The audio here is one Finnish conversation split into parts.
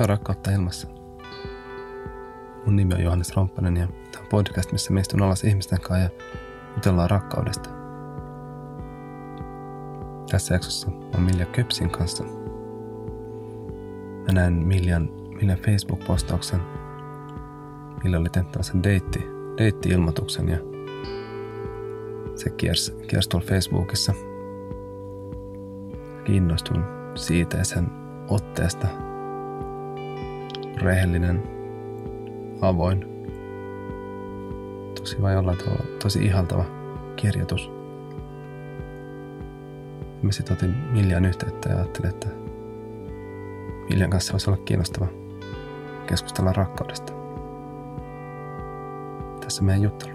Tämä on Rakkautta ilmassa. Mun nimi on Johannes Romppanen ja tämä on podcast, missä me istun alas ihmisten kanssa ja jutellaan rakkaudesta. Tässä jaksossa on Milja Köpsin kanssa. Mä näin Miljan Facebook-postauksen. Milja oli tehnyt tällaisen deitti-ilmoituksen ja se kiersi tuolla Facebookissa. Kiinnostuin siitä ja sen otteesta. Rehellinen, avoin. Tosi jollain tavalla tosi ihaltava kirjoitus. Mä sitten otin Miljan yhteyttä ja ajattelin, että Miljan kanssa voisi olla kiinnostava keskustella rakkaudesta. Tässä meidän juttelu.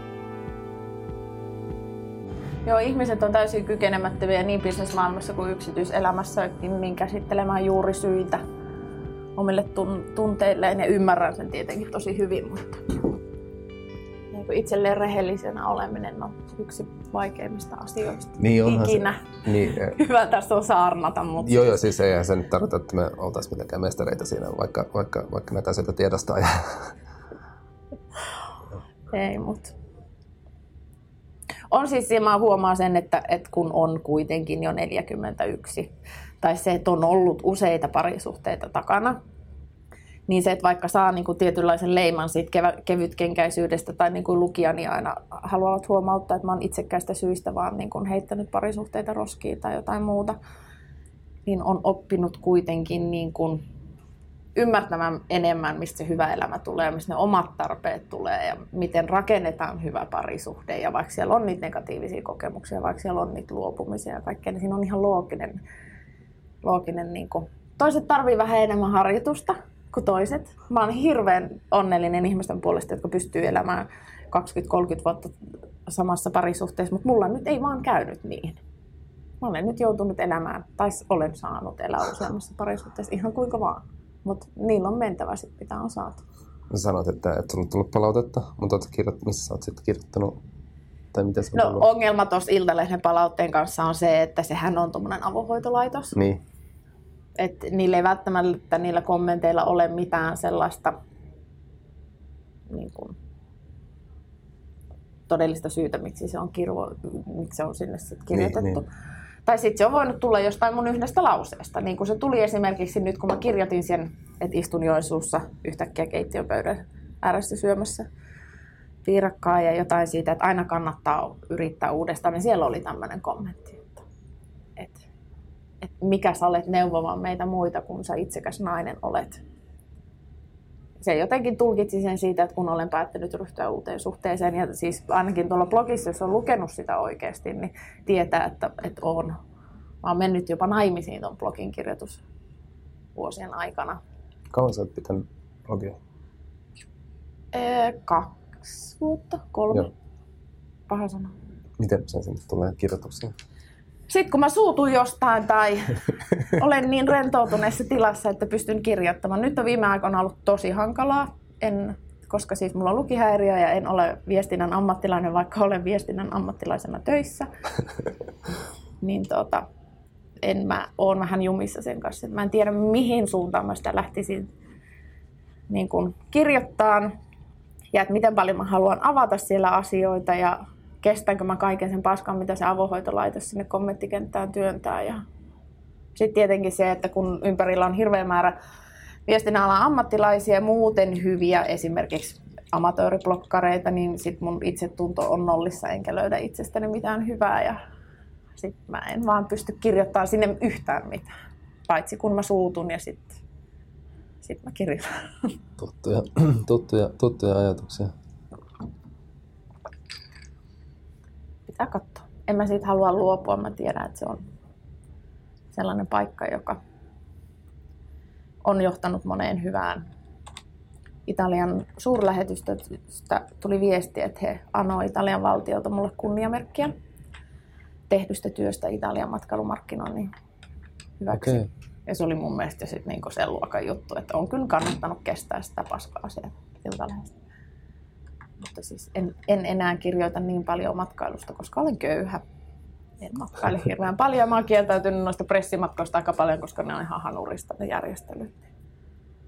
Joo, ihmiset on täysin kykenemättömiä niin bisnesmaailmassa kuin yksityiselämässäkin niin käsittelemään juurisyitä omille tunteilleen ja ymmärrän sen tietenkin tosi hyvin, mutta itselleen rehellisenä oleminen on yksi vaikeimmista asioista ikinä. Hyvä tässä on saarnata. Mutta Joo, siis eihän se nyt tarkoita, että me oltaisiin mitenkään mestareita siinä, vaikka näitä asioita tiedostaa. Ei, mutta on siis, mä huomaan sen, että kun on kuitenkin jo 41, tai se, että on ollut useita parisuhteita takana, niin se, että vaikka saa niin kuin tietynlaisen leiman siitä kevytkenkäisyydestä tai niin kuin lukijani aina haluavat huomauttaa, että mä oon itsekkäistä syistä vaan niin kuin heittänyt parisuhteita roskiin tai jotain muuta, niin on oppinut kuitenkin niin kuin ymmärtämään enemmän, mistä se hyvä elämä tulee, mistä ne omat tarpeet tulee ja miten rakennetaan hyvä parisuhde. Ja vaikka siellä on niitä negatiivisia kokemuksia, vaikka siellä on niitä luopumisia ja kaikkea, niin siinä on ihan looginen niin kuin. Toiset tarvii vähän enemmän harjoitusta kuin toiset. Mä oon hirveän onnellinen ihmisten puolesta, jotka pystyy elämään 20-30 vuotta samassa parisuhteessa, mutta mulla nyt ei vaan käynyt niin. Mä olen nyt joutunut elämään, tai olen saanut elää useammassa parisuhteessa ihan kuinka vaan. Mutta niillä on mentävä sit, mitä on saatu. Sä sanoit, että sulla on tullut palautetta, mutta missä sä oot sitten kirjoittanut? Tai miten se on tullut? Ongelma tuossa Iltalehden palautteen kanssa on se, että sehän on tommonen avohoitolaitos. Niin. Että niillä ei välttämättä niillä kommenteilla ole mitään sellaista niin kuin, todellista syytä, miksi se on sinne sit kirjoitettu. Niin. Tai sitten se on voinut tulla jostain mun yhdestä lauseesta. Niin kuin se tuli esimerkiksi nyt, kun mä kirjoitin sen, että istun Joensuussa yhtäkkiä keittiönpöydän ääressä syömässä piirakkaa ja jotain siitä, että aina kannattaa yrittää uudestaan. Niin siellä oli tämmöinen kommentti, että mikä sä olet neuvomaan meitä muita, kun sä itsekäs nainen olet. Se jotenkin tulkitsi sen siitä, että kun olen päättänyt ryhtyä uuteen suhteeseen, ja siis ainakin tuolla blogissa, jos on lukenut sitä oikeasti, niin tietää, että olen. Mä oon mennyt jopa naimisiin tuon blogin kirjoitusvuosien aikana. Kauan sä oot pitänyt blogia? 2 vuotta, 3. Joo. Paha sana. Miten se sinne tulee kirjoituksia? Sitten kun mä suutun jostain tai olen niin rentoutuneessa tilassa, että pystyn kirjoittamaan. Nyt on viime aikoina ollut tosi hankalaa, koska siis mulla on lukihäiriö ja en ole viestinnän ammattilainen, vaikka olen viestinnän ammattilaisena töissä. Niin oon vähän jumissa sen kanssa. Mä en tiedä mihin suuntaan mä sitä lähtisin niin kuin kirjoittamaan ja että miten paljon mä haluan avata siellä asioita ja kestänkö mä kaiken sen paskan, mitä se avohoitolaitos sinne kommenttikenttään työntää. Ja sitten tietenkin se, että kun ympärillä on hirveä määrä viestinnän alan ammattilaisia, muuten hyviä, esimerkiksi amatööriblokkareita, niin sit mun itsetunto on nollissa, enkä löydä itsestäni mitään hyvää. Ja sit mä en vaan pysty kirjoittamaan sinne yhtään mitään, paitsi kun mä suutun ja sit mä kirjoitan. Tuttuja ajatuksia. Pitää katsoa. En mä siitä halua luopua. Mä tiedän, että se on sellainen paikka, joka on johtanut moneen hyvään. Italian suurlähetystöstä tuli viesti, että he anoi Italian valtiolta mulle kunniamerkkiä tehdystä työstä Italian matkailumarkkinoinnin hyväksi. Okay. Ja se oli mun mielestä sitten niinku sen luokan juttu, että on kyllä kannattanut kestää sitä paskaa siellä Iltalehdestä. Mutta siis en enää kirjoita niin paljon matkailusta, koska olen köyhä. En matkaile hirveän paljon. Mä oon kieltäytynyt noista pressimatkoista aika paljon, koska ne on ihan hanurista ne järjestelyt.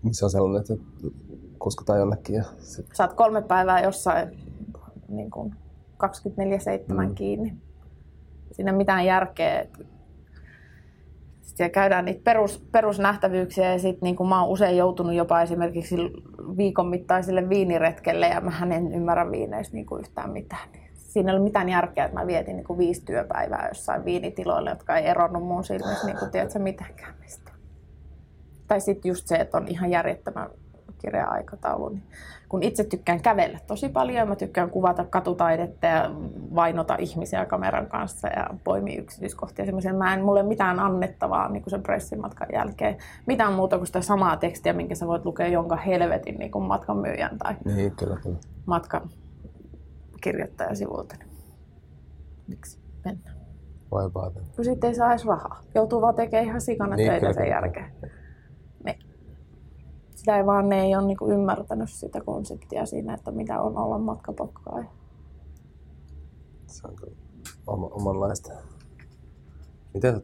Se on sellainen, että kuskataan jonnekin. Ja Sä oot 3 päivää jossain niin kuin 24/7 kiinni. Siinä ei mitään järkeä. Sitten käydään niitä perusnähtävyyksiä ja sitten niin mä oon usein joutunut jopa esimerkiksi viikon mittaisille viiniretkelle ja mä en ymmärrä viineistä niin kuin yhtään mitään. Siinä ei ole mitään järkeä, että mä vietin niin kuin 5 työpäivää jossain viinitiloilla, jotka ei eronnut mun silmissä niin kuin, tiedätkö, mitenkään mistä. Tai sitten just se, että on ihan järjettömän kireä aikataulu. Niin kun itse tykkään kävellä tosi paljon, mä tykkään kuvata katutaidetta ja vainota ihmisiä kameran kanssa ja poimia yksityiskohtia. Mulla ei ole mitään annettavaa niin kuin sen pressimatkan jälkeen. Mitään muuta kuin sitä samaa tekstiä, minkä sä voit lukea jonka helvetin niin kuin matkan myyjän tai kyllä. matkan kirjoittajan sivuilta. Miksi mennään? Vai vaata. Kun sitten ei saa edes rahaa. Joutuu vaan tekemään ihan sikana töitä sen jälkeen. Sitä ei vaan, ne ei ole niinku ymmärtänyt sitä konseptia siinä, että mitä on olla matkapokkaaja. Se on kyllä omanlaista. Miten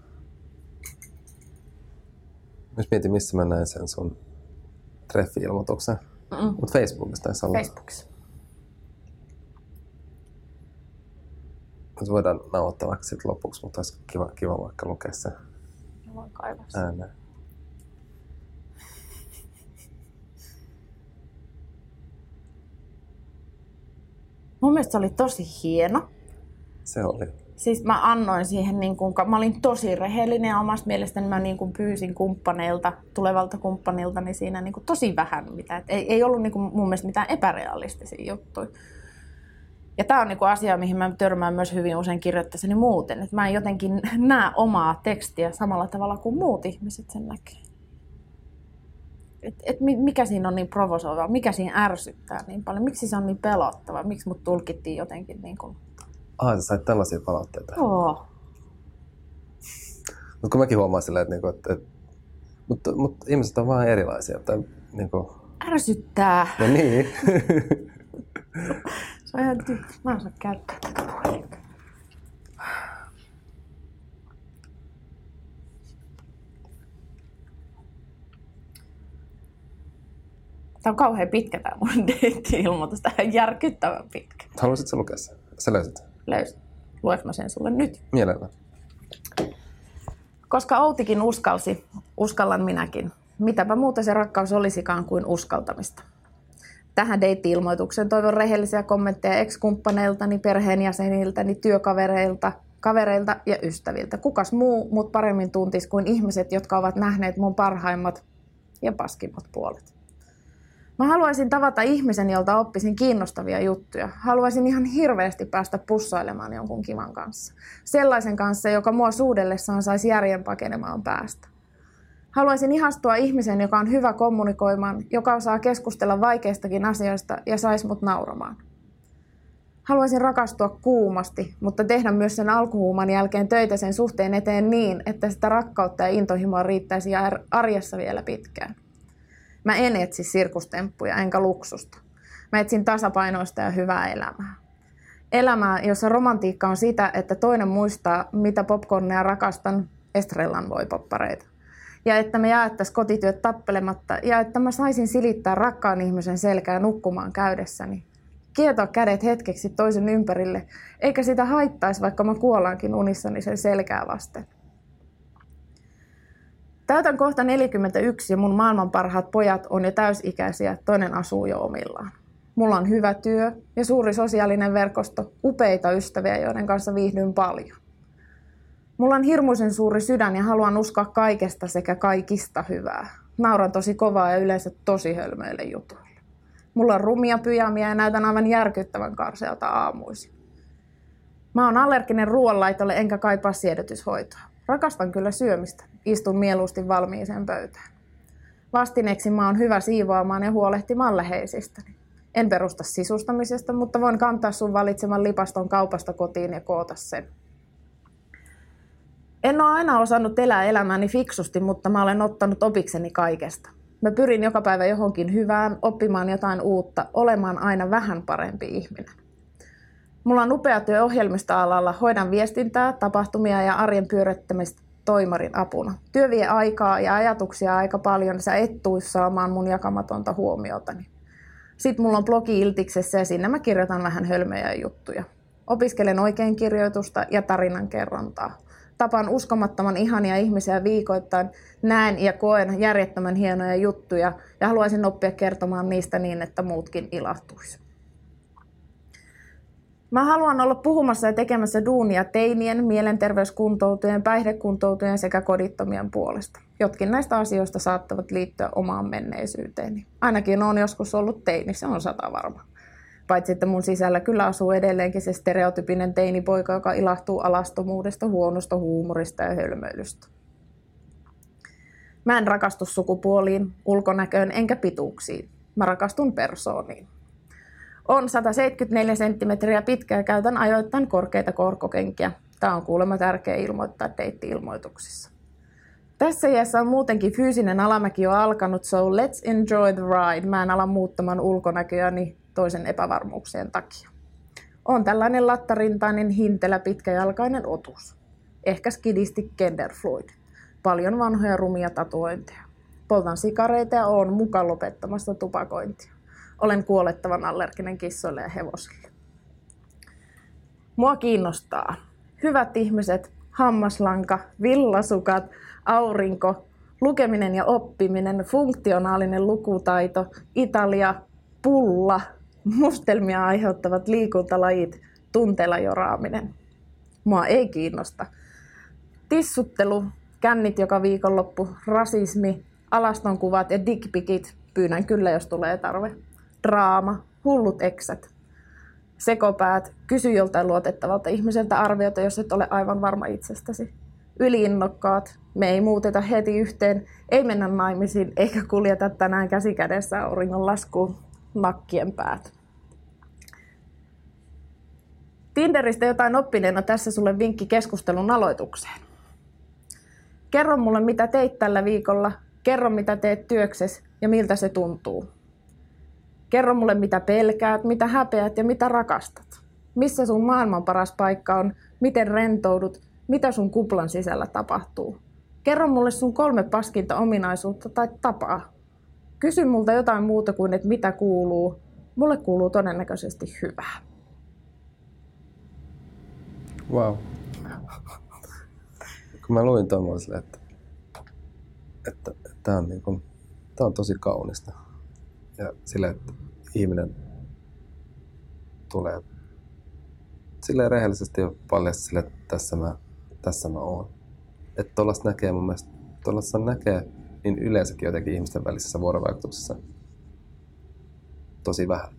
jos mietin, missä mä näin sen sun treffi-ilmoituksen. Mutta Facebookissa taisi olla. Facebookissa. Nyt voidaan nauhoittaa vaikka sitten lopuksi, mutta olisi kiva vaikka lukea se ääneen. Mun mielestä se oli tosi hieno. Se oli. Siis mä annoin siihen, niin kun, mä olin tosi rehellinen ja omasta mielestäni mä niin kun pyysin kumppaneilta, tulevalta kumppanilta, niin siinä niin kun tosi vähän mitään. Ei ollut niin kun mun mielestä mitään epärealistisia juttuja. Ja tää on niin kun asia, mihin mä törmään myös hyvin usein kirjoittaessani muuten. Että mä en jotenkin näe omaa tekstiä samalla tavalla kuin muut ihmiset sen näkee. Mikä siinä on niin provosoivaa, mikä siinä ärsyttää niin paljon, miksi se on niin pelottava, miksi mut tulkittiin jotenkin niin kuin... Sä sait tällaisia palautteita? Joo. Mutta kun mäkin huomaan silleen, että mutta ihmiset on vaan erilaisia. Tai, niin kuin... Ärsyttää. No niin. Se on ihan tykkää. Mä en saa käyttää tätä puhelinta. Tämä on kauhean pitkä tämä mun deitti-ilmoitus. Tämä on järkyttävän pitkä. Haluaisitko lukea sen? Sä löysit? Löysin. Luenko mä sen sulle nyt? Mielellään. Koska Outikin uskalsi, uskallan minäkin. Mitäpä muuta se rakkaus olisikaan kuin uskaltamista. Tähän deitti-ilmoitukseen toivon rehellisiä kommentteja ex-kumppaneiltani, perheenjäseniltäni, kavereilta ja ystäviltä. Kukas muu mut paremmin tuntisi kuin ihmiset, jotka ovat nähneet mun parhaimmat ja paskimmat puolet. Mä haluaisin tavata ihmisen, jolta oppisin kiinnostavia juttuja. Haluaisin ihan hirveästi päästä pussailemaan jonkun kivan kanssa. Sellaisen kanssa, joka mua suudellessaan saisi järjen pakenemaan päästä. Haluaisin ihastua ihmisen, joka on hyvä kommunikoimaan, joka osaa keskustella vaikeistakin asioista ja saisi mut nauramaan. Haluaisin rakastua kuumasti, mutta tehdä myös sen alkuhuuman jälkeen töitä sen suhteen eteen niin, että sitä rakkautta ja intohimoa riittäisi arjessa vielä pitkään. Mä en etsi sirkustemppuja enkä luksusta. Mä etsin tasapainoista ja hyvää elämää. Elämää, jossa romantiikka on sitä, että toinen muistaa, mitä popcornia rakastan, Estrellan voipoppareita. Ja että me jaettaisiin kotityöt tappelematta ja että mä saisin silittää rakkaan ihmisen selkää nukkumaan käydessäni. Kietoa kädet hetkeksi toisen ympärille, eikä sitä haittaisi, vaikka mä kuollaankin unissani sen selkää vasten. Täytän kohta 41 ja mun maailman parhaat pojat on jo täysikäisiä, toinen asuu jo omillaan. Mulla on hyvä työ ja suuri sosiaalinen verkosto, upeita ystäviä, joiden kanssa viihdyn paljon. Mulla on hirmuisen suuri sydän ja haluan uskoa kaikesta sekä kaikista hyvää. Nauran tosi kovaa ja yleensä tosi hölmöille jutuille. Mulla on rumia pyjamia ja näytän aivan järkyttävän karsealta aamuisin. Mä oon allerginen ruoanlaitolle enkä kaipaa siedätyshoitoa. Rakastan kyllä syömistä. Istun mieluusti valmiiseen pöytään. Vastineeksi mä oon hyvä siivoamaan ja huolehtimaan läheisistäni. En perusta sisustamisesta, mutta voin kantaa sun valitseman lipaston kaupasta kotiin ja koota sen. En ole aina osannut elää elämääni fiksusti, mutta mä olen ottanut opikseni kaikesta. Mä pyrin joka päivä johonkin hyvään, oppimaan jotain uutta, olemaan aina vähän parempi ihminen. Mulla on upea työ ohjelmistoalalla, hoidan viestintää, tapahtumia ja arjen toimarin apuna. Työ vie aikaa ja ajatuksia aika paljon, sä et tuu saamaan mun jakamatonta huomiotani. Sitten mulla on blogi Iltiksessä ja sinne mä kirjoitan vähän hölmöjä juttuja. Opiskelen oikein kirjoitusta ja tarinan kerrontaa. Tapaan uskomattoman ihania ihmisiä viikoittain, näen ja koen järjettömän hienoja juttuja ja haluaisin oppia kertomaan niistä niin, että muutkin ilahtuisi. Mä haluan olla puhumassa ja tekemässä duunia teinien, mielenterveyskuntoutujien, päihdekuntoutujien sekä kodittomien puolesta. Jotkin näistä asioista saattavat liittyä omaan menneisyyteeni. Ainakin olen joskus ollut teini, se on 100 varma. Paitsi että mun sisällä kyllä asuu edelleenkin se stereotypinen teinipoika, joka ilahtuu alastomuudesta, huonosta huumorista ja hölmöilystä. Mä en rakastu sukupuoliin, ulkonäköön enkä pituuksiin. Mä rakastun persooniin. On 174 senttimetriä pitkä ja käytän ajoittain korkeita korkokenkiä. Tää on kuulemma tärkeä ilmoittaa deitti-ilmoituksissa. Tässä iässä on muutenkin fyysinen alamäki jo alkanut, so let's enjoy the ride. Mä en ala muuttamaan ulkonäköäni toisen epävarmuuksien takia. On tällainen lattarintainen, hintelä, pitkäjalkainen otus. Ehkä skidisti Genderfluid. Paljon vanhoja rumia tatuointeja. Poltan sikareita ja oon mukaan lopettamassa tupakointia. Olen kuolettavan allerginen kissoille ja hevosille. Mua kiinnostaa hyvät ihmiset, hammaslanka, villasukat, aurinko, lukeminen ja oppiminen, funktionaalinen lukutaito, Italia, pulla, mustelmia aiheuttavat liikuntalajit, tunteella joraaminen. Mua ei kiinnosta. Tissuttelu, kännit joka viikonloppu, rasismi, alastonkuvat ja dickpikit, pyydän kyllä jos tulee tarve. Draama, hullut eksät, sekopäät, kysy joltain luotettavalta ihmiseltä arviota, jos et ole aivan varma itsestäsi. Yliinnokkaat, me ei muuteta heti yhteen, ei mennä naimisiin eikä kuljeta tänään käsi kädessä auringon laskuun, nakkien päät. Tinderistä jotain oppineena tässä sulle vinkki keskustelun aloitukseen. Kerro mulle mitä teit tällä viikolla, kerro mitä teet työksesi ja miltä se tuntuu. Kerro mulle mitä pelkäät, mitä häpeät ja mitä rakastat. Missä sun maailman paras paikka on, miten rentoudut, mitä sun kuplan sisällä tapahtuu. Kerro mulle sun 3 paskinta ominaisuutta tai tapaa. Kysy multa jotain muuta kuin, että mitä kuuluu. Mulle kuuluu todennäköisesti hyvää. Wow. Kun mä luin tuommoiselle, että tää on tosi kaunista. Ja sille, että ihminen tulee silleen rehellisesti ja paljasti sille, että tässä mä oon. Että tuollaista näkee mun mielestä, tuollaista näkee niin yleensäkin jotenkin ihmisten välisessä vuorovaikutuksessa tosi vähän.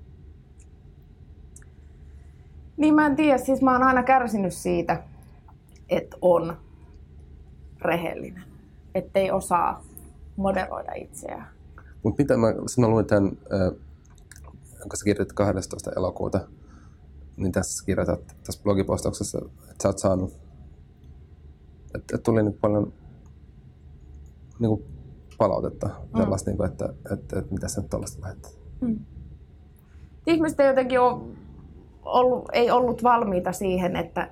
Niin mä en tiedä, siis mä oon aina kärsinyt siitä, että on rehellinen, ettei osaa moderoida itseään. Mutta mitä mä luin tämän, jonka sä kirjoitit 12. elokuuta, niin tässä kirjoitat tässä blogipostauksessa, että sä oot saanut, että tuli nyt paljon niin kuin palautetta, sellaista, niin kuin, että mitä sä nyt tuollaista lähettää. Ihmiset ei jotenkin ei ollut valmiita siihen, että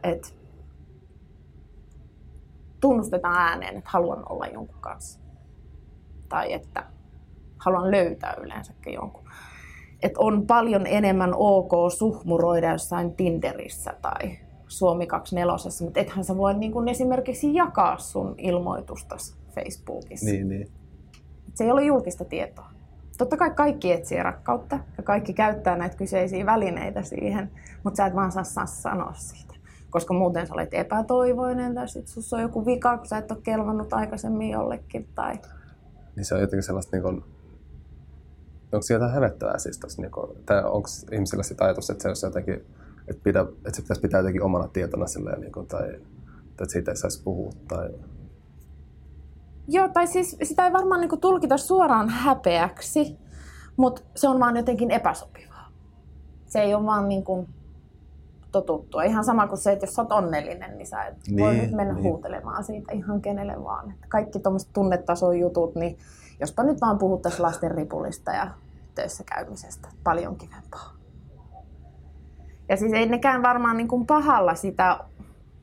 tunnustetaan ääneen, että haluan olla jonkun kanssa. Tai että haluan löytää yleensäkin jonkun. Että on paljon enemmän ok suhmuroida jossain Tinderissä tai Suomi 24, mutta ethän sä voi niin kuin esimerkiksi jakaa sun ilmoitustasi Facebookissa. Niin. Se ei ole julkista tietoa. Totta kai kaikki etsii rakkautta ja kaikki käyttää näitä kyseisiä välineitä siihen, mutta sä et vaan saa sanoa siitä. Koska muuten sä olet epätoivoinen tai sit sussa on joku vika, kun sä et ole kelvannut aikaisemmin jollekin. Tai... Niin se on jotenkin sellaista, niin kuin, onko se jotain hävettävää siis tossa, niin kuin, tai onko ihmisillä sitä ajatus, että se olisi jotenkin, että se pitäisi pitää jotenkin omana tietona silleen, niin kuin, tai että siitä ei saisi puhua tai... Joo, tai siis sitä ei varmaan niin tulkita suoraan häpeäksi, mutta se on vaan jotenkin epäsopivaa. Se ei ole vaan niin kuin totuttua. Ihan sama kuin se, että jos sä oot onnellinen, niin sä et voi nyt mennä huutelemaan siitä ihan kenelle vaan. Että kaikki tuommoiset tunnetason jutut, niin jospa nyt vaan puhuttaisiin lasten ripulista ja töissä käymisestä. Paljon kivempaa. Ja siis ei nekään varmaan niin kuin pahalla sitä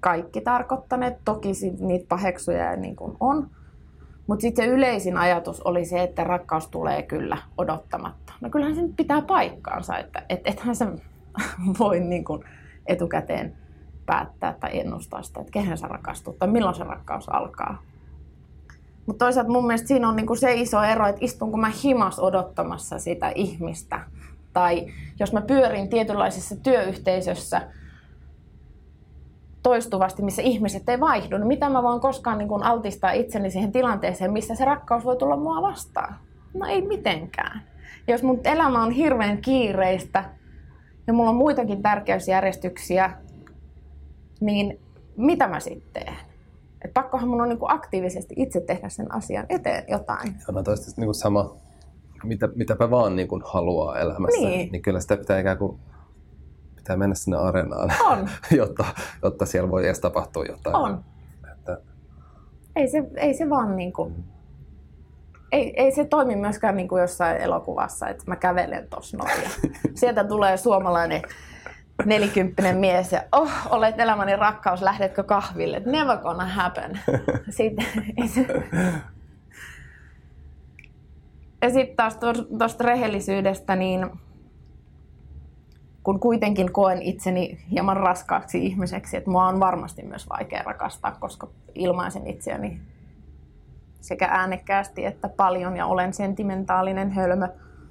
kaikki tarkoittaneet. Toki niitä paheksuja niin kuin on. Mutta sitten se yleisin ajatus oli se, että rakkaus tulee kyllä odottamatta. No kyllähän se nyt pitää paikkaansa, että ethän se voi niin kuin etukäteen päättää tai ennustaa sitä, että kehen sä rakastut tai milloin se rakkaus alkaa. Mutta toisaalta mun mielestä siinä on niinku se iso ero, että istunko mä himas odottamassa sitä ihmistä. Tai jos mä pyörin tietynlaisessa työyhteisössä toistuvasti, missä ihmiset ei vaihdu, niin mitä mä voin koskaan niin kun altistaa itseni siihen tilanteeseen, missä se rakkaus voi tulla mua vastaan? No ei mitenkään. Ja jos mun elämä on hirveän kiireistä ja mulla on muitakin tärkeysjärjestyksiä, niin mitä mä sitten teen? Et pakkohan mun on niin kuin aktiivisesti itse tehdä sen asian eteen jotain. On toista niin kuin sama, mitäpä vaan niin kuin haluaa elämässä, niin kyllä sitä pitää ikään kuin pitää mennä sinne areenaan, jotta siellä voi edes tapahtua jotain. On. Että... Ei se vaan niin kuin, ei se toimi myöskään niin kuin jossain elokuvassa, että mä kävelen tossa noin ja sieltä tulee suomalainen 40 mies ja olet elämäni rakkaus, lähdetkö kahville? Never gonna happen. Ja sitten taas tuosta rehellisyydestä, niin kun kuitenkin koen itseni hieman raskaaksi ihmiseksi, että mua on varmasti myös vaikea rakastaa, koska ilmaisen itseäni sekä äänekkäästi että paljon ja olen sentimentaalinen hölmö,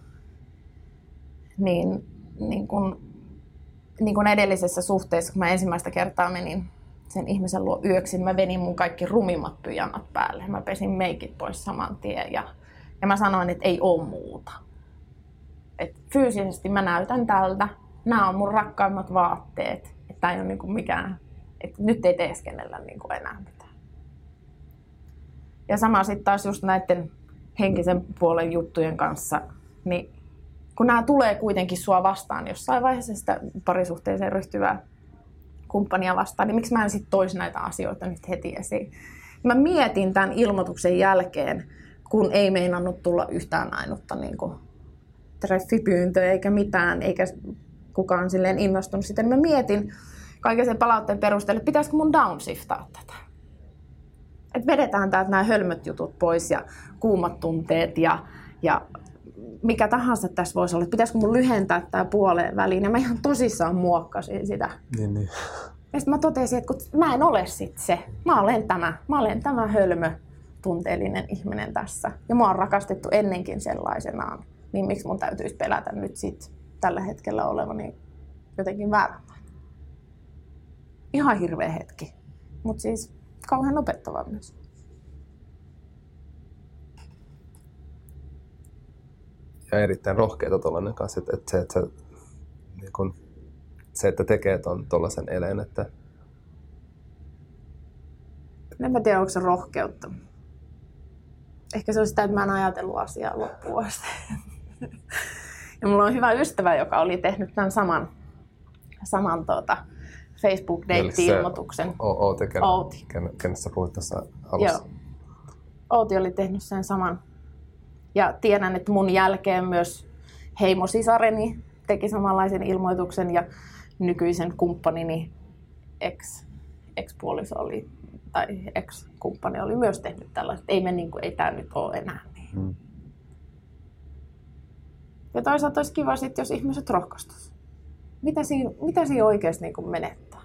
niin kun edellisessä suhteessa, kun mä ensimmäistä kertaa menin sen ihmisen luo yöksi, mä venin mun kaikki rumimmat pyjamat päälle. Mä pesin meikit pois saman tien ja mä sanoin, että ei oo muuta. Et fyysisesti mä näytän tältä. Nämä on mun rakkaimmat vaatteet. Että ei ole niinku mikään, että nyt ei teeskennellä niinku enää mitään. Ja sama sitten taas just näiden henkisen puolen juttujen kanssa, niin kun nämä tulee kuitenkin sua vastaan jossain vaiheessa sitä parisuhteeseen ryhtyvää kumppania vastaan, niin miksi mä en sitten toisi näitä asioita nyt heti esiin? Mä mietin tämän ilmoituksen jälkeen, kun ei meinannut tulla yhtään ainutta niin kuin treffipyyntöä eikä mitään, eikä kukaan silleen innostunut. Sitten mä mietin kaiken sen palautteen perusteella, että pitäisikö mun downshiftaa tätä. Että vedetään täältä nämä hölmöt jutut pois ja kuumat tunteet ja mikä tahansa tässä voisi olla. Pitäisikö mun lyhentää tämä puoleen väliin? Ja mä ihan tosissaan muokkasin sitä. Niin. Ja sitten mä totesin, että kun mä en ole sit se. Mä olen tämä hölmö, tunteellinen ihminen tässä. Ja mua on rakastettu ennenkin sellaisenaan. Niin miksi mun täytyisi pelätä nyt sit tällä hetkellä olevani jotenkin vääränlainen? Ihan hirveä hetki. Mutta siis kauhean opettava myös. Ja erittäin rohkeita tuollainen kanssa, että se, että tekee tuollaisen eleen, että... En mä tiedä, onko se rohkeutta. Ehkä se on sitä, että mä en ajatellut asiaa loppuun asti. Ja mulla on hyvä ystävä, joka oli tehnyt tämän saman Facebook-date-ilmoituksen. Outi. Kenestä puhuit tässä alussa? Joo. Outi oli tehnyt sen saman. Ja tiedän, että mun jälkeen myös heimosisareni teki samanlaisen ilmoituksen ja nykyisen kumppanini ex-puoliso oli, tai ex-kumppani oli myös tehnyt tällaista. Ei tämä nyt ole enää niin. Ja toisaalta olisi kiva sitten, jos ihmiset rohkaistuisivat. Mitä siinä oikeasti niin menettää?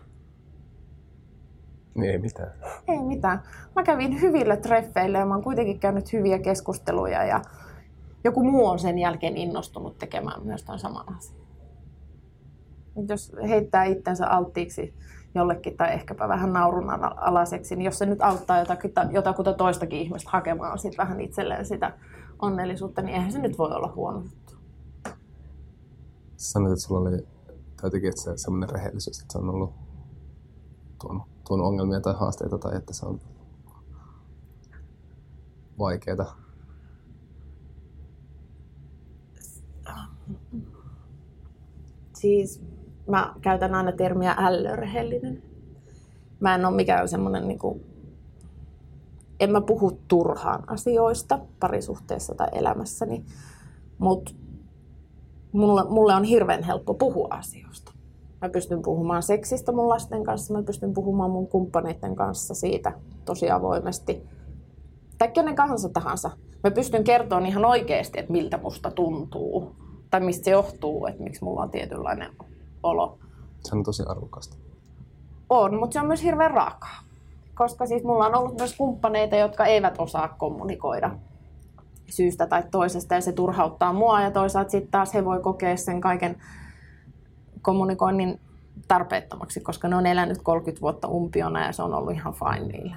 Ei mitään. Ei mitään. Mä kävin hyvillä treffeillä ja mä oon kuitenkin käynyt hyviä keskusteluja ja joku muu on sen jälkeen innostunut tekemään myös ton saman asian. Jos heittää itsensä alttiiksi jollekin tai ehkäpä vähän naurunalaiseksi, niin jos se nyt auttaa jotakuta toistakin ihmistä hakemaan sit vähän itselleen sitä onnellisuutta, niin eihän se nyt voi olla huono juttu. Sanoit, että sulla oli jotenkin semmoinen rehellisyys, että se on ollut tuonut ongelmia tai haasteita tai että se on vaikeaa. Siis mä käytän aina termiä ällörehellinen. Mä en ole mikään semmoinen, en mä puhu turhaan asioista parisuhteessa tai elämässäni, mutta mulle on hirveän helppo puhua asioista. Mä pystyn puhumaan seksistä mun lasten kanssa, mä pystyn puhumaan mun kumppaneiden kanssa siitä tosi avoimesti. Tai kenen tahansa. Mä pystyn kertomaan ihan oikeasti, että miltä musta tuntuu. Tai mistä se johtuu, että miksi mulla on tietynlainen olo. Se on tosi arvokasta. On, mutta se on myös hirveän raakaa. Koska siis mulla on ollut myös kumppaneita, jotka eivät osaa kommunikoida syystä tai toisesta. Ja se turhauttaa mua ja toisaalta sitten taas he voi kokea sen kaiken kommunikoinnin tarpeettomaksi, koska ne on elänyt 30 vuotta umpiona ja se on ollut ihan fine niille.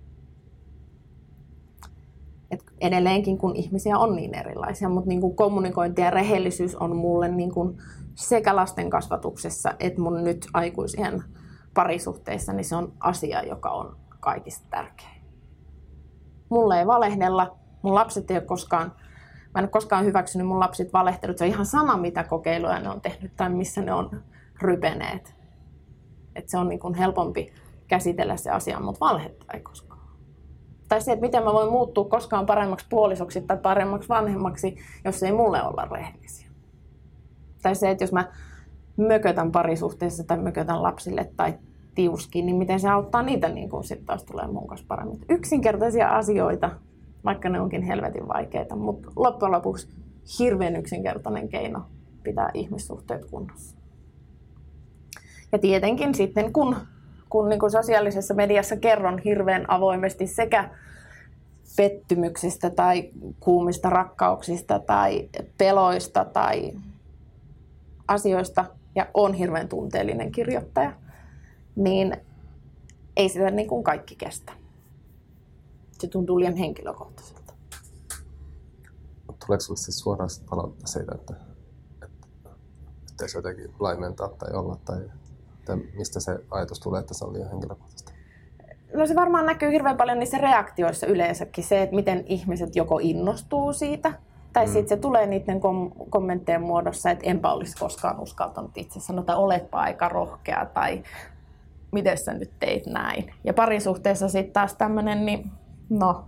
Et edelleenkin, kun ihmisiä on niin erilaisia, mutta niin kuin kommunikointi ja rehellisyys on mulle niin kuin sekä lasten kasvatuksessa että mun nyt aikuisien parisuhteissa, niin se on asia, joka on kaikista tärkein. Mulle ei valehdella, mun lapset ei ole koskaan, mä en ole koskaan hyväksynyt mun lapset valehtelut. Se on ihan sama, mitä kokeiluja ne on tehnyt tai missä ne on rypeneet. Et se on niin kuin helpompi käsitellä se asia, mutta valhetta ei koskaan. Tai se, että miten mä voin muuttua koskaan paremmaksi puolisoksi tai paremmaksi vanhemmaksi, jos ei mulle olla rehellisiä. Tai se, että jos mä mökötän parisuhteessa tai mökötän lapsille tai tiuskiin, niin miten se auttaa niitä niin kuin sitten taas tulee mun kanssa paremmin. Yksinkertaisia asioita, vaikka ne onkin helvetin vaikeita, mutta loppujen lopuksi hirveän yksinkertainen keino pitää ihmissuhteet kunnossa. Ja tietenkin sitten, kun niin kuin sosiaalisessa mediassa kerron hirveän avoimesti sekä pettymyksistä tai kuumista rakkauksista tai peloista tai asioista, ja on hirveän tunteellinen kirjoittaja, niin ei sitä niin kuin kaikki kestä. Se tuntuu liian henkilökohtaiselta. Tuleeko sinulle siis suoraan palautetta siitä, että ei se jotenkin laimentaa tai olla, tai mistä se ajatus tulee, että se on liian henkilökohtaista? No se varmaan näkyy hirveän paljon niissä reaktioissa yleensäkin, se, että miten ihmiset joko innostuu siitä, tai sitten se tulee niiden kommenttien muodossa, että enpä olisi koskaan uskaltanut itse sanoa, tai oletpa aika rohkea, tai miten sä nyt teit näin. Ja parisuhteessa sitten taas tämmöinen, niin no,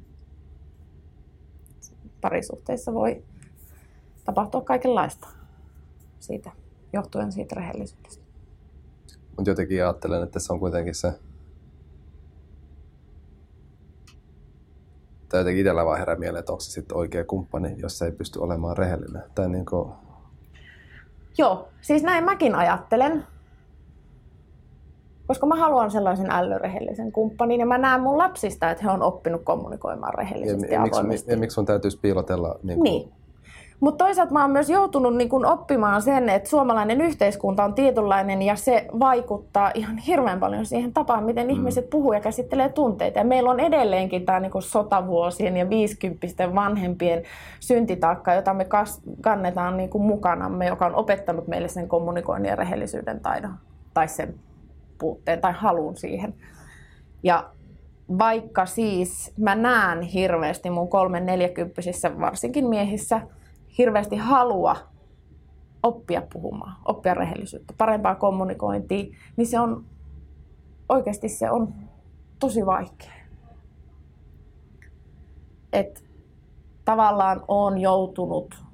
parisuhteessa voi tapahtua kaikenlaista siitä, johtuen siitä rehellisyydestä. Mutta jotenkin ajattelen, että se on kuitenkin se, tai jotenkin itsellä vaan herää mieleen, että onko se sitten oikea kumppani, jos se ei pysty olemaan rehellinen. Tai niin kuin... Joo, siis näin mäkin ajattelen. Koska mä haluan sellaisen ällörehellisen kumppanin ja mä näen mun lapsista, että he on oppinut kommunikoimaan rehellisesti ja avoimesti. Ja miksi sun täytyisi piilotella? Niin. Mutta toisaalta mä oon myös joutunut oppimaan sen, että suomalainen yhteiskunta on tietynlainen ja se vaikuttaa ihan hirveän paljon siihen tapaan, miten ihmiset puhuu ja käsittelee tunteita. Ja meillä on edelleenkin tämä sotavuosien ja 50 vanhempien syntitaakka, jota me kannetaan mukanamme, joka on opettanut meille sen kommunikoinnin ja rehellisyyden taidon tai sen puutteen tai halun siihen. Ja vaikka siis mä näen hirveästi mun 3-40-vuotiaissa, varsinkin miehissä, hirveästi halua oppia puhumaan, oppia rehellisyyttä, parempaa kommunikointia, niin se on oikeasti se on tosi vaikea. Et tavallaan on joutunut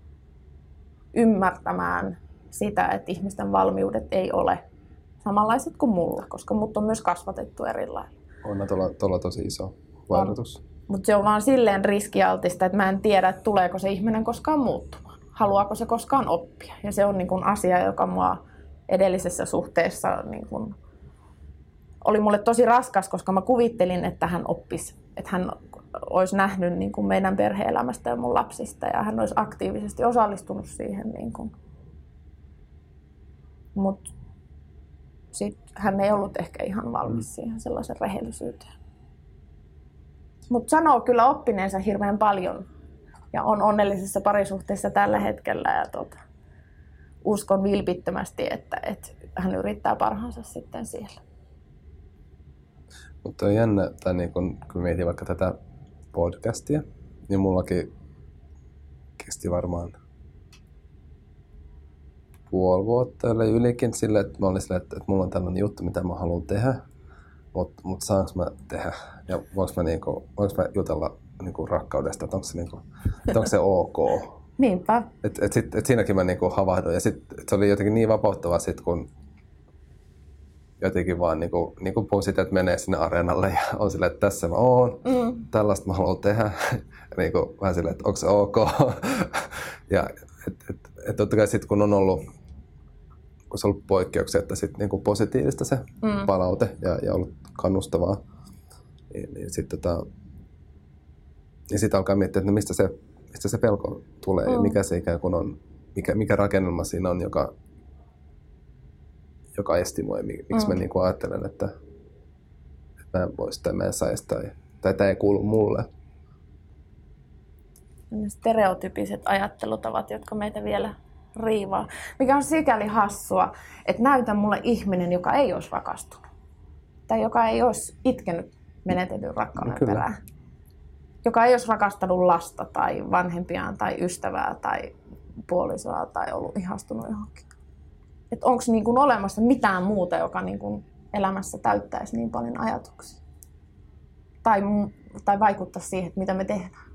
ymmärtämään sitä, että ihmisten valmiudet ei ole samanlaiset kuin mulla, koska mut on myös kasvatettu erilailla. On tuolla tosi iso vaikutus. Mutta se on vaan silleen riskialtista, että mä en tiedä, että tuleeko se ihminen koskaan muuttumaan. Haluaako se koskaan oppia. Ja se on niin kun asia, joka mua edellisessä suhteessa niin kun oli mulle tosi raskas, koska mä kuvittelin, että hän oppisi. Että hän olisi nähnyt niin kun meidän perhe-elämästä ja mun lapsista ja hän olisi aktiivisesti osallistunut siihen. Niin mutta sitten hän ei ollut ehkä ihan valmis siihen sellaisen rehellisyyteen. Mutta sanoo kyllä oppineensa hirveän paljon ja on onnellisessa parisuhteessa tällä hetkellä ja uskon vilpittömästi, että hän yrittää parhaansa sitten siellä. Mutta on jännä, tai niin kun mietin vaikka tätä podcastia, niin mullakin kesti varmaan puoli vuotta eli ylikin sille, että mä olin silleen, että mulla on tällainen juttu, mitä mä haluan tehdä, mutta saanko mä tehdä ja voinko mä jutella rakkaudesta, että onko se ok. Niinpä. Et siinäkin mä niinku havahduin. Ja sitten se oli jotenkin niin vapauttavaa sit, kun jotenkin vaan niinku puhuu sitä, että menee sinne areenalle ja on silleen, että tässä mä oon, tällaista mä haluan tehdä. Ja niinku vähän silleen, että onko se ok. Ja totta kai sitten kun on ollut, kun se on ollut poikkeuksia, että sitten niinku positiivista se palaute ja ollut kannustavaa, niin sitten niin sit alkaa miettiä, että mistä se pelko tulee ja mikä se ikään kuin on, mikä rakennelma siinä on, joka estimoi, miksi mä niinku ajattelen, että mä en voisi tai mä en saisi tai tämä ei kuulu mulle. Ne stereotypiset ajattelutavat, jotka meitä vielä riivaa. Mikä on sikäli hassua, että näytä mulle ihminen, joka ei olisi rakastunut. Tai joka ei olisi itkenyt menetetyn rakkauden perään. Joka ei olisi rakastanut lasta tai vanhempiaan tai ystävää tai puolisoa tai ollut ihastunut johonkin. Että onko niin kuin olemassa mitään muuta, joka niin kuin elämässä täyttäisi niin paljon ajatuksia. Tai vaikuttaa siihen, että mitä me tehdään.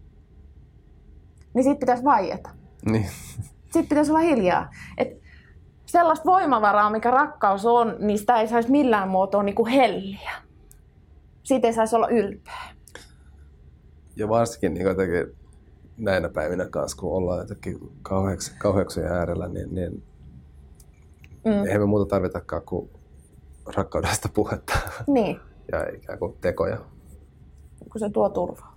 Niin siitä pitäisi vaieta. Niin. Siitä pitäisi olla hiljaa. Et sellaista voimavaraa, mikä rakkaus on, niin sitä ei saisi millään muotoa niin kuin helliä. Siitä ei saisi olla ylpeä. Ja varsinkin niin jotenkin näinä päivinä kanssa, kun ollaan jotenkin kauheuksujen äärellä, niin eihän me muuta tarvitakaan kuin rakkaudesta puhetta. Niin. Ja ikään kuin tekoja. Kun se tuo turvaa.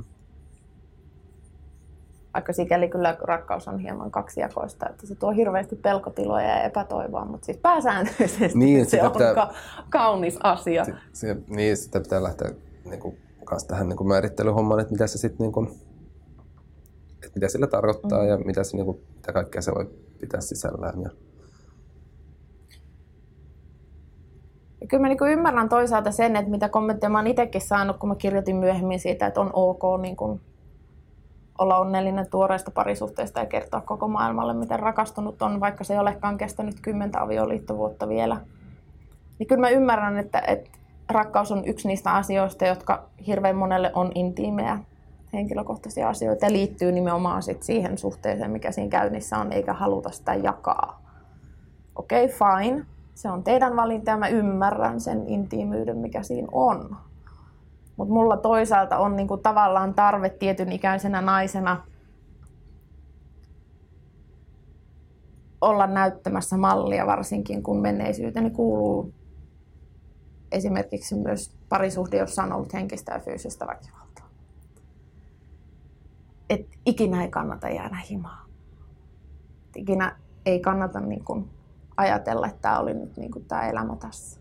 Vaikka sikäli kyllä rakkaus on hieman kaksijakoista, että se tuo hirveästi pelkotiloja ja epätoivoa, mutta siis pääsääntöisesti niin, se on kaunis asia. Niin, sitä pitää lähteä niin kanssa tähän niin määrittelyhommaan, että mitä se sitten niin kuin, että mitä sillä tarkoittaa ja mitä se niin kuin, mitä kaikkea se voi pitää sisällään. Ja kyllä mä niin kuin ymmärrän toisaalta sen, että mitä kommentteja mä oon itsekin saanut, kun mä kirjoitin myöhemmin siitä, että on ok niin kuin olla onnellinen tuoreesta parisuhteesta ja kertoa koko maailmalle, miten rakastunut on, vaikka se ei olekaan kestänyt 10 avioliittovuotta vielä. Niin kyllä mä ymmärrän, että rakkaus on yksi niistä asioista, jotka hirveän monelle on intiimejä, henkilökohtaisia asioita ja liittyy nimenomaan sit siihen suhteeseen, mikä siinä käynnissä on, eikä haluta sitä jakaa. Okei, fine. Se on teidän valinta ja mä ymmärrän sen intiimyyden, mikä siinä on. Mutta mulla toisaalta on niinku tavallaan tarve tietyn ikäisenä naisena olla näyttämässä mallia, varsinkin kun menneisyyteni kuuluu esimerkiksi myös parisuhde, jossa on ollut henkistä ja fyysistä väkivaltaa. Et ikinä ei kannata jäädä himaan. Ikinä ei kannata niinku ajatella, että tämä oli nyt niinku tämä elämä tässä.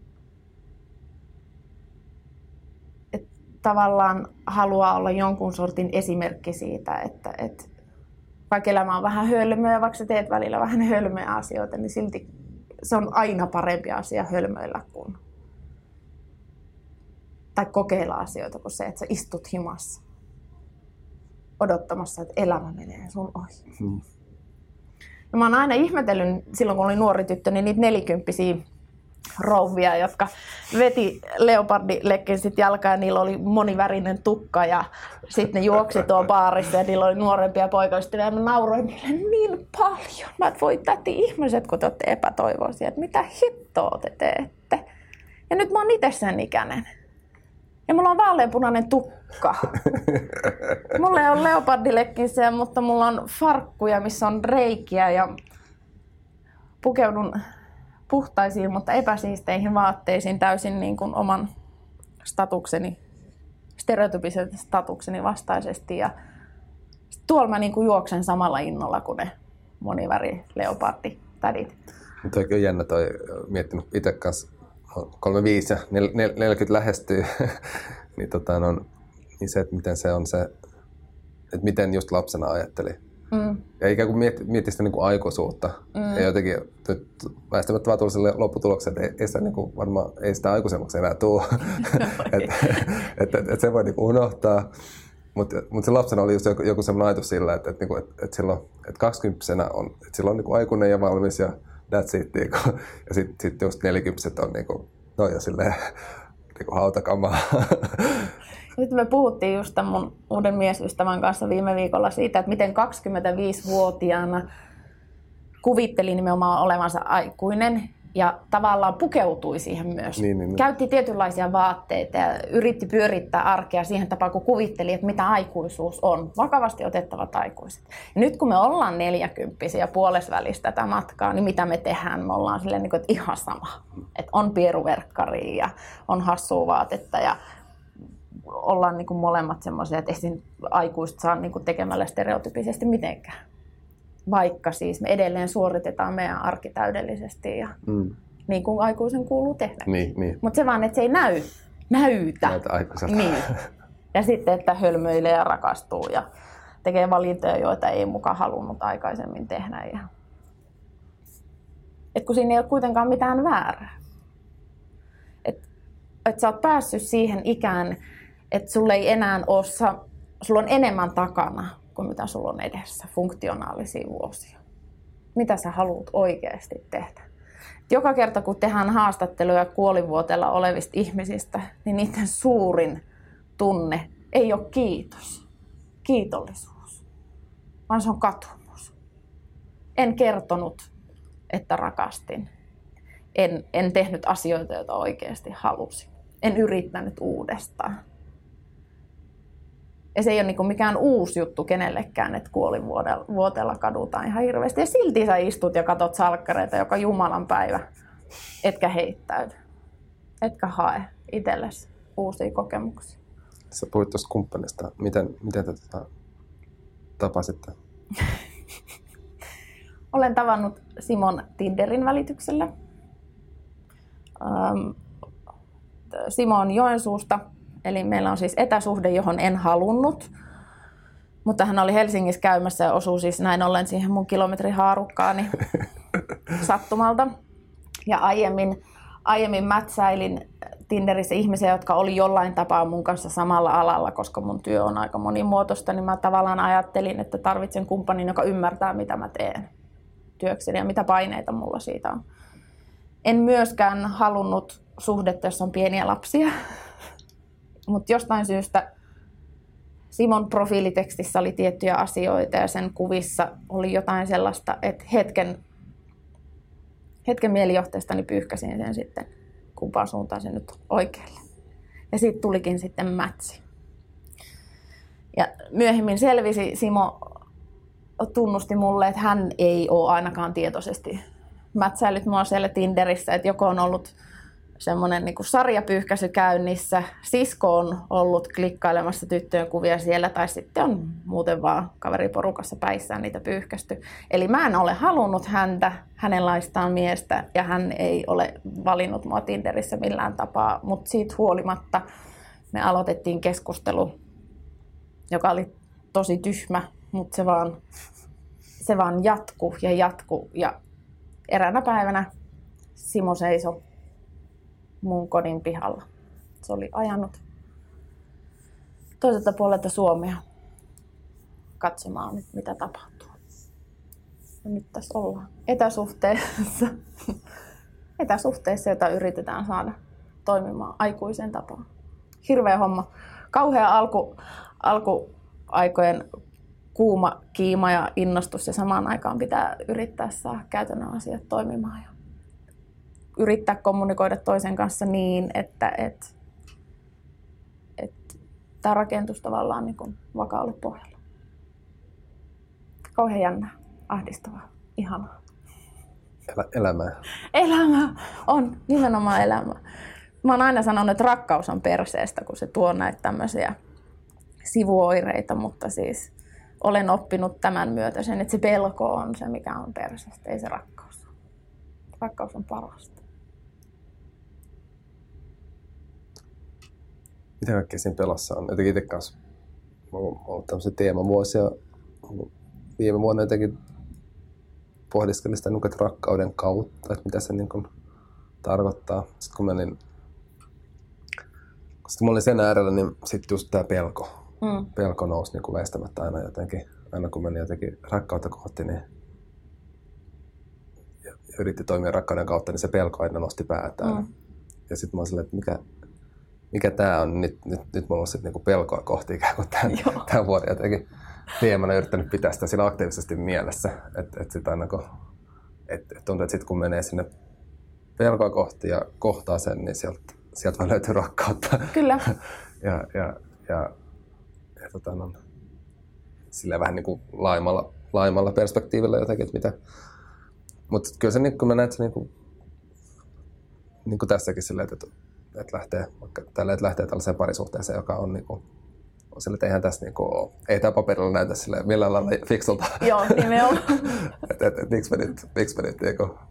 Tavallaan haluaa olla jonkun sortin esimerkki siitä, että vaikka elämä on vähän hölmöä, vaikka sä teet välillä vähän hölmöjä asioita, niin silti se on aina parempi asia hölmöillä kuin tai kokeilla asioita kuin se, että sä istut himassa odottamassa, että elämä menee sun ohi. Ja mä oon aina ihmetellyt silloin, kun olin nuori tyttö, niin niitä 40-vuotiaita rouvia, jotka veti leopardilekkinsit jalkaan ja niillä oli monivärinen tukka ja sitten ne juoksi tuon baarissa ja niillä oli nuorempia poikaystäviä ja mä nauroin niille niin paljon. Mä et voi täti ihmiset, kun te olette epätoivoisia, että mitä hittoa te teette. Ja nyt mä oon itse sen ikäinen. Ja mulla on vaaleanpunainen tukka. Mulla ei ole leopardilekkinsiä, mutta mulla on farkkuja, missä on reikiä ja pukeudun puhtaisiin, mutta epäsiisteihin vaatteisiin täysin niin kuin oman statukseni, stereotypisen statukseni vastaisesti. Ja tuolla mä niin kuin juoksen samalla innolla kuin ne moniväri leoparditädit. Toikin on jännä toi, miettinyt itse kanssa 35 ja 40 lähestyy, niin se, että miten se on se, että miten just lapsena ajatteli. Ja ikään kuin mietti sitä niin kuin aikuisuutta. Ja jotenkin väistämättä vaan tuli sille lopputulokseen, että ei sitä, niin kuin, varmaan, ei sitä aikuisemmaksi enää tule. että se voi niin kuin unohtaa. Mutta se lapsena oli just joku sellainen ajatus sillä, että silloin että 20-vuotiaana on, että silloin on niin kuin aikuinen ja valmis ja that's it. Niin kuin, ja sitten just 40-vuotiaat on niin kuin, no ja silleen niin kuin hautakamaa. Nyt me puhuttiin just tämän mun uuden miesystävän kanssa viime viikolla siitä, että miten 25-vuotiaana kuvitteli nimenomaan olevansa aikuinen ja tavallaan pukeutui siihen myös. Niin. Käytti tietynlaisia vaatteita ja yritti pyörittää arkea siihen tapaan, kun kuvitteli, että mitä aikuisuus on. Vakavasti otettavat aikuiset. Ja nyt kun me ollaan 40-vuotiaita puolesvälissä tätä matkaa, niin mitä me tehdään? Me ollaan silleen, että ihan sama. Että on pieruverkkari ja on hassua vaatetta ja ollaan niin kuin molemmat semmoisia, että ei aikuista saa niin kuin tekemällä stereotypisesti mitenkään. Vaikka siis me edelleen suoritetaan meidän arki täydellisesti ja niin kuin aikuisen kuuluu tehdä. Niin. Mutta se vaan, että se ei näytä. Näytä aikuiselta. Niin. Ja sitten, että hölmöilee ja rakastuu ja tekee valintoja, joita ei mukaan halunnut aikaisemmin tehdä. Ja... Et kun siinä ei ole kuitenkaan mitään väärää. Että sä oot päässyt siihen ikään, että sulla ei enää ole, sulla on enemmän takana kuin mitä sulla on edessä, funktionaalisia vuosia. Mitä sä haluat oikeasti tehdä? Joka kerta kun tehdään haastatteluja kuolivuoteella olevista ihmisistä, niin niiden suurin tunne ei ole kiitollisuus, vaan se on katumus. En kertonut, että rakastin. En tehnyt asioita, joita oikeasti halusin. En yrittänyt uudestaan. Ja se ei ole niin mikään uusi juttu kenellekään, että kuolivuoteella kadutaan ihan hirveästi. Ja silti sä istut ja katot salkkareita joka Jumalan päivä, etkä heittäydy. Etkä hae itsellesi uusia kokemuksia. Sä puhuit tuosta kumppanista. Miten te tapasitte? Olen tavannut Simon Tinderin välityksellä. Simo on Joensuusta, eli meillä on siis etäsuhde, johon en halunnut. Mutta hän oli Helsingissä käymässä ja osui siis näin ollen siihen mun kilometrihaarukkaani sattumalta. Ja aiemmin mätsäilin Tinderissä ihmisiä, jotka oli jollain tapaa mun kanssa samalla alalla, koska mun työ on aika monimuotoista, niin mä tavallaan ajattelin, että tarvitsen kumppanin, joka ymmärtää, mitä mä teen työkseni ja mitä paineita mulla siitä on. En myöskään halunnut suhdetta, jossa on pieniä lapsia, mutta jostain syystä Simon profiilitekstissä oli tiettyjä asioita ja sen kuvissa oli jotain sellaista, että hetken mielijohteestani pyyhkäsin sen sitten, kumpaan suuntaan se nyt oikealle. Ja siitä tulikin sitten mätsi. Ja myöhemmin selvisi, Simo tunnusti mulle, että hän ei ole ainakaan tietoisesti mätsäillyt mua siellä Tinderissä, että joko on ollut semmoinen niin kuin sarjapyyhkäisy käynnissä, sisko on ollut klikkailemassa tyttöjen kuvia siellä, tai sitten on muuten vaan kaveriporukassa päissään niitä pyyhkästy. Eli mä en ole halunnut häntä, hänenlaistaan miestä, ja hän ei ole valinnut mua Tinderissä millään tapaa, mutta siitä huolimatta me aloitettiin keskustelu, joka oli tosi tyhmä, mutta se vaan jatkui, ja eräänä päivänä Simo seisoi mun kodin pihalla. Se oli ajanut toiselta puolelta Suomea katsomaan, mitä tapahtuu. Ja nyt tässä ollaan etäsuhteessa, jota yritetään saada toimimaan aikuisen tapaan. Hirveä homma. Kauhea alkuaikojen kuuma kiima ja innostus ja samaan aikaan pitää yrittää saada käytännön asiat toimimaan. Ja yrittää kommunikoida toisen kanssa niin, että tämä rakentus tavallaan niin kuin vakaalle pohjalle. Kauhean jännää, ahdistavaa, ihanaa. Elämää. Elämä on nimenomaan elämä. Mä oon aina sanonut, että rakkaus on perseestä, kun se tuo näitä tämmöisiä sivuoireita, mutta siis olen oppinut tämän myötä sen, että se pelko on se, mikä on perseestä, ei se rakkaus. Rakkaus on parasta. Mitä kaikkea siinä pelossa on? Jotenkin itse kanssa on ollut tämmöisiä teemavuosia. Viime vuonna jotenkin pohdiskelin sitä rakkauden kautta, että mitä se niin kuin tarkoittaa. Sitten kun mä olin sen äärellä, niin sitten just tämä pelko nousi niin kuin väistämättä aina jotenkin. Aina kun meni jotenkin rakkautta kohti, niin ja yritti toimia rakkauden kautta, niin se pelko aina nosti päätään. Ja sitten mä olin silleen, että mikä tää on. Nyt mulla on sitten niinku pelkoa kohti ikään kuin tämän vuoden jotenkin teemana yrittänyt pitää sitä sillä aktiivisesti mielessä. Että sitä aina kun, tuntuu, että sit kun menee sinne pelkoa kohti ja kohtaa sen, niin sieltä voi löytyä rakkautta. Kyllä. ja silleen vähän niin kuin laajemmalla perspektiivillä jotenkin, että mitä. Mutta kyllä se, kun mä näen, että niin kuin tässäkin silleen, että lähtee, vaikka tälle, että lähtee tällaiseen parisuhteeseen, joka on niin kuin, on sille, että eihän tässä niin kuin, ei tämä paperilla näytä silleen millään lailla fiksulta. Joo, nimenomaan. Miksi mä nyt niin kuin.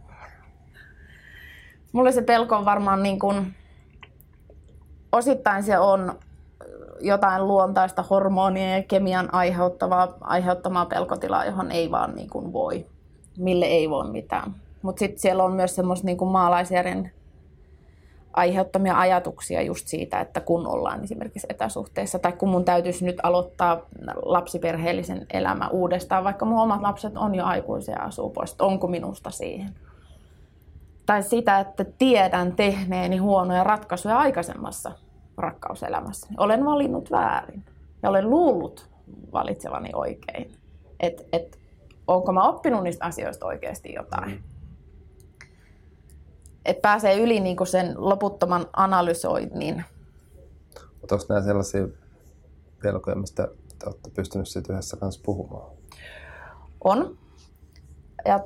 Mulle se pelko on varmaan niin kuin, osittain se on jotain luontaista hormonien ja kemian aiheuttamaa pelkotilaa, johon ei vaan niin kuin voi, mille ei voi mitään. Mutta sitten siellä on myös semmoista niin kuin maalaisjärjen aiheuttamia ajatuksia just siitä, että kun ollaan esimerkiksi etäsuhteessa tai kun mun täytyisi nyt aloittaa lapsiperheellisen elämä uudestaan, vaikka mun omat lapset on jo aikuisia ja asuu pois, onko minusta siihen. Tai sitä, että tiedän tehneeni huonoja ratkaisuja aikaisemmassa rakkauselämässä. Olen valinnut väärin ja olen luullut valitsevani oikein. Onko mä oppinut niistä asioista oikeasti jotain? Että pääsee yli niinku sen loputtoman analysoinnin. Mutta onko nämä sellaisia pelkoja, mistä te olette pystyneet siitä yhdessä kanssa puhumaan? On. Ja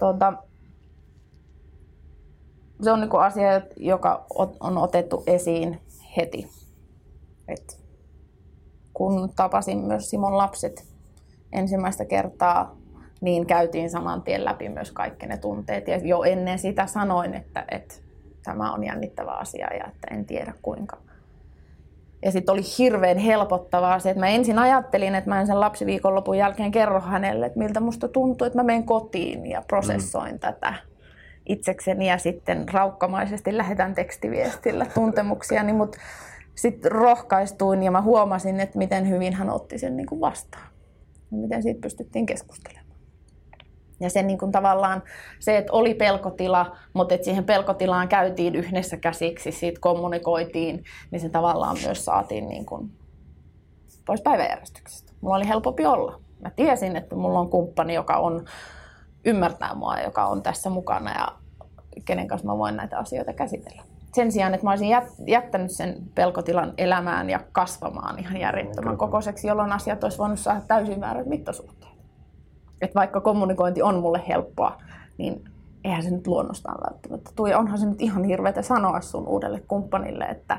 se on niinku asia, joka on otettu esiin heti. Et kun tapasin myös Simon lapset ensimmäistä kertaa, niin käytiin saman tien läpi myös kaikki ne tunteet. Ja jo ennen sitä sanoin, että tämä on jännittävä asia ja että en tiedä kuinka. Ja sitten oli hirveän helpottavaa se, että mä ensin ajattelin, että mä en sen lapsiviikonlopun jälkeen kerro hänelle, että miltä musta tuntuu, että mä menen kotiin ja prosessoin tätä itsekseni ja sitten raukkamaisesti lähetän tekstiviestillä tuntemuksiani, mutta sitten rohkaistuin ja mä huomasin, että miten hyvin hän otti sen niin kuin vastaan. Ja miten siitä pystyttiin keskustelemaan. Ja se niin kuin tavallaan se, että oli pelkotila, mutta että siihen pelkotilaan käytiin yhdessä käsiksi, siitä kommunikoitiin, niin se tavallaan myös saatiin niin kuin pois päiväjärjestyksestä. Mulla oli helpompi olla. Mä tiesin, että mulla on kumppani, joka ymmärtää mua, joka on tässä mukana ja kenen kanssa mä voin näitä asioita käsitellä. Sen sijaan, että mä olisin jättänyt sen pelkotilan elämään ja kasvamaan ihan järjettömän kokoiseksi, jolloin asiat olisi voinut saada täysin väärät mittasuhteet. Että vaikka kommunikointi on mulle helppoa, niin eihän se nyt luonnostaan välttämättä tule. Ja onhan se nyt ihan hirveätä sanoa sun uudelle kumppanille, että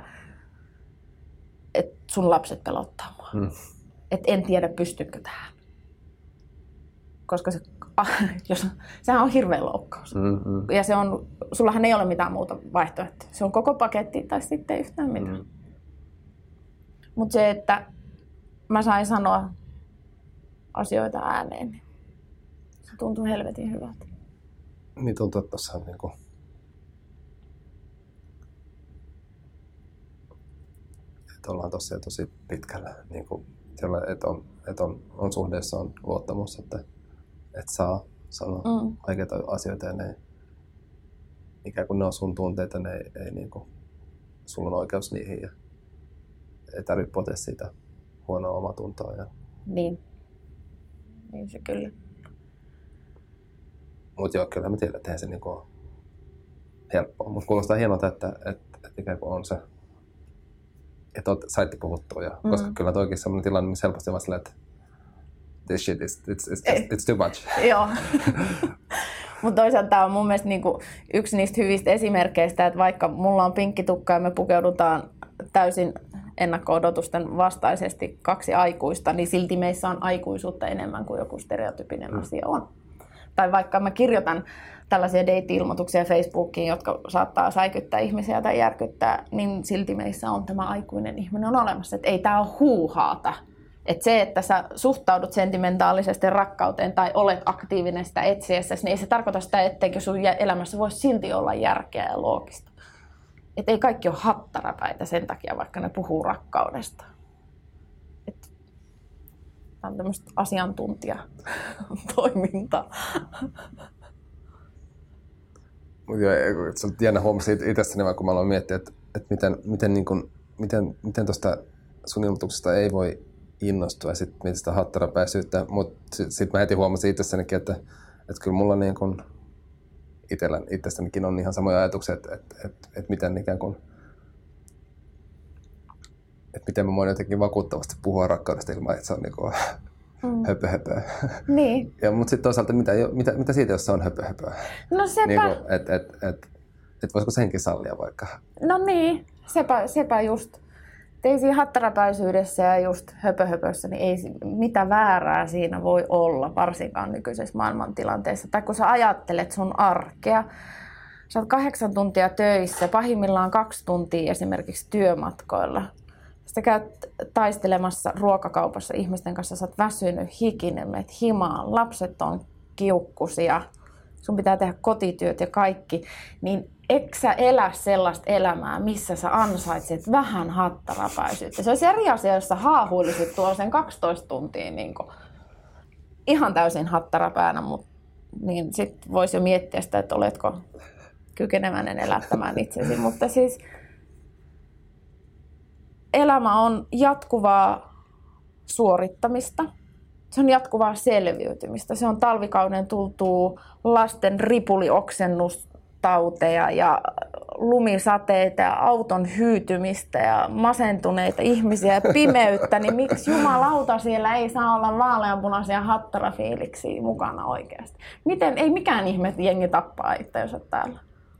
sun lapset pelottaa mua. Että en tiedä, pystykö tähän. Koska sehän on hirveä loukkaus. Ja sullahan ei ole mitään muuta vaihtoehtoa. Se on koko paketti tai sitten ei yhtään mitään. Mutta se, että mä sain sanoa asioita ääneen, niin se tuntuu helvetin hyvältä. Niin tuntuu, että tuossa on niinku että ollaan tossa tosi pitkällä. Niinku, että on suhteessa on luottamus, että saa sanoa oikeita asioita ja ne ikään kuin ne on sun tunteita, ne ei niinku, sulla on oikeus niihin ja ei tarvitse potea siitä huonoa omatuntoa. Niin se kyllä. Mutta joo, kyllä mä tiedän, että eihän se niinku ole helppoa. Mutta kuulostaa hienolta, että ikään kuin on se, että saitte puhuttua. Koska kyllä toikin sellainen tilanne, missä helposti vaan silleen, että this shit it's too much. Joo. Mutta toisaalta tämä on mun mielestä niinku yksi niistä hyvistä esimerkkeistä, että vaikka mulla on pinkkitukka ja me pukeudutaan täysin ennakko-odotusten vastaisesti kaksi aikuista, niin silti meissä on aikuisuutta enemmän kuin joku stereotypinen asia on. Tai vaikka mä kirjoitan tällaisia date-ilmoituksia Facebookiin, jotka saattaa säikyttää ihmisiä tai järkyttää, niin silti meissä on tämä aikuinen ihminen on olemassa. Että ei tämä ole huuhaata. Että se, että sä suhtaudut sentimentaalisesti rakkauteen tai olet aktiivinen sitä etsiessä, niin ei se tarkoita sitä, etteikö sun elämässä voisi silti olla järkeä ja loogista. Että ei kaikki ole hattarapäitä sen takia, vaikka ne puhuu rakkaudesta. Tämä on tämmöistä asiantuntijatoimintaa. Se on jännä huomasi itsestäni, kun mä aloin miettiä, että miten niin kuin miten tuosta sun ilmoituksesta ei voi innostua ja sitten mietin sitä hattarapäisyyttä, mutta sitten mä heti huomasin itsessänikin, että kyllä mulla niin kun itsestänikin on ihan samoja ajatuksia, että miten ikään kuin että miten mä voin jotenkin vakuuttavasti puhua rakkaudesta ilman, että se on niinku höpö. Niin. Mutta sitten toisaalta, mitä siitä, jos se on höpö? No sepä. Niinku, et voisiko senkin sallia vaikka? No niin, sepä just. Ei siinä hattarapäisyydessä ja just höpöhöpössä, niin ei mitä väärää siinä voi olla, varsinkaan nykyisessä maailmantilanteessa. Tai kun sä ajattelet sun arkea, sä oot 8 tuntia töissä, pahimmillaan 2 tuntia esimerkiksi työmatkoilla. Sä käyt taistelemassa ruokakaupassa ihmisten kanssa, sä oot väsynyt, hikinen, meet himaan, lapset on kiukkusia, sun pitää tehdä kotityöt ja kaikki, niin eikö sä elä sellaista elämää, missä sä ansaitset vähän hattarapäisyyttä? Se olisi eri asia, jos sä haahuilisit tuolla sen 12 tuntia niin ihan täysin hattarapäänä, mutta niin sit voisi jo miettiä sitä, että oletko kykeneväinen elättämään itsesi, mutta siis elämä on jatkuvaa suorittamista, se on jatkuvaa selviytymistä, se on talvikauden tultuu lasten ripulioksennustauteja ja lumisateita ja auton hyytymistä ja masentuneita ihmisiä ja pimeyttä, niin miksi jumalauta siellä ei saa olla vaaleanpunaisia hattarafiiliksiä mukana oikeasti? Miten, ei mikään ihme jengi tappaa itse, jos olet täällä.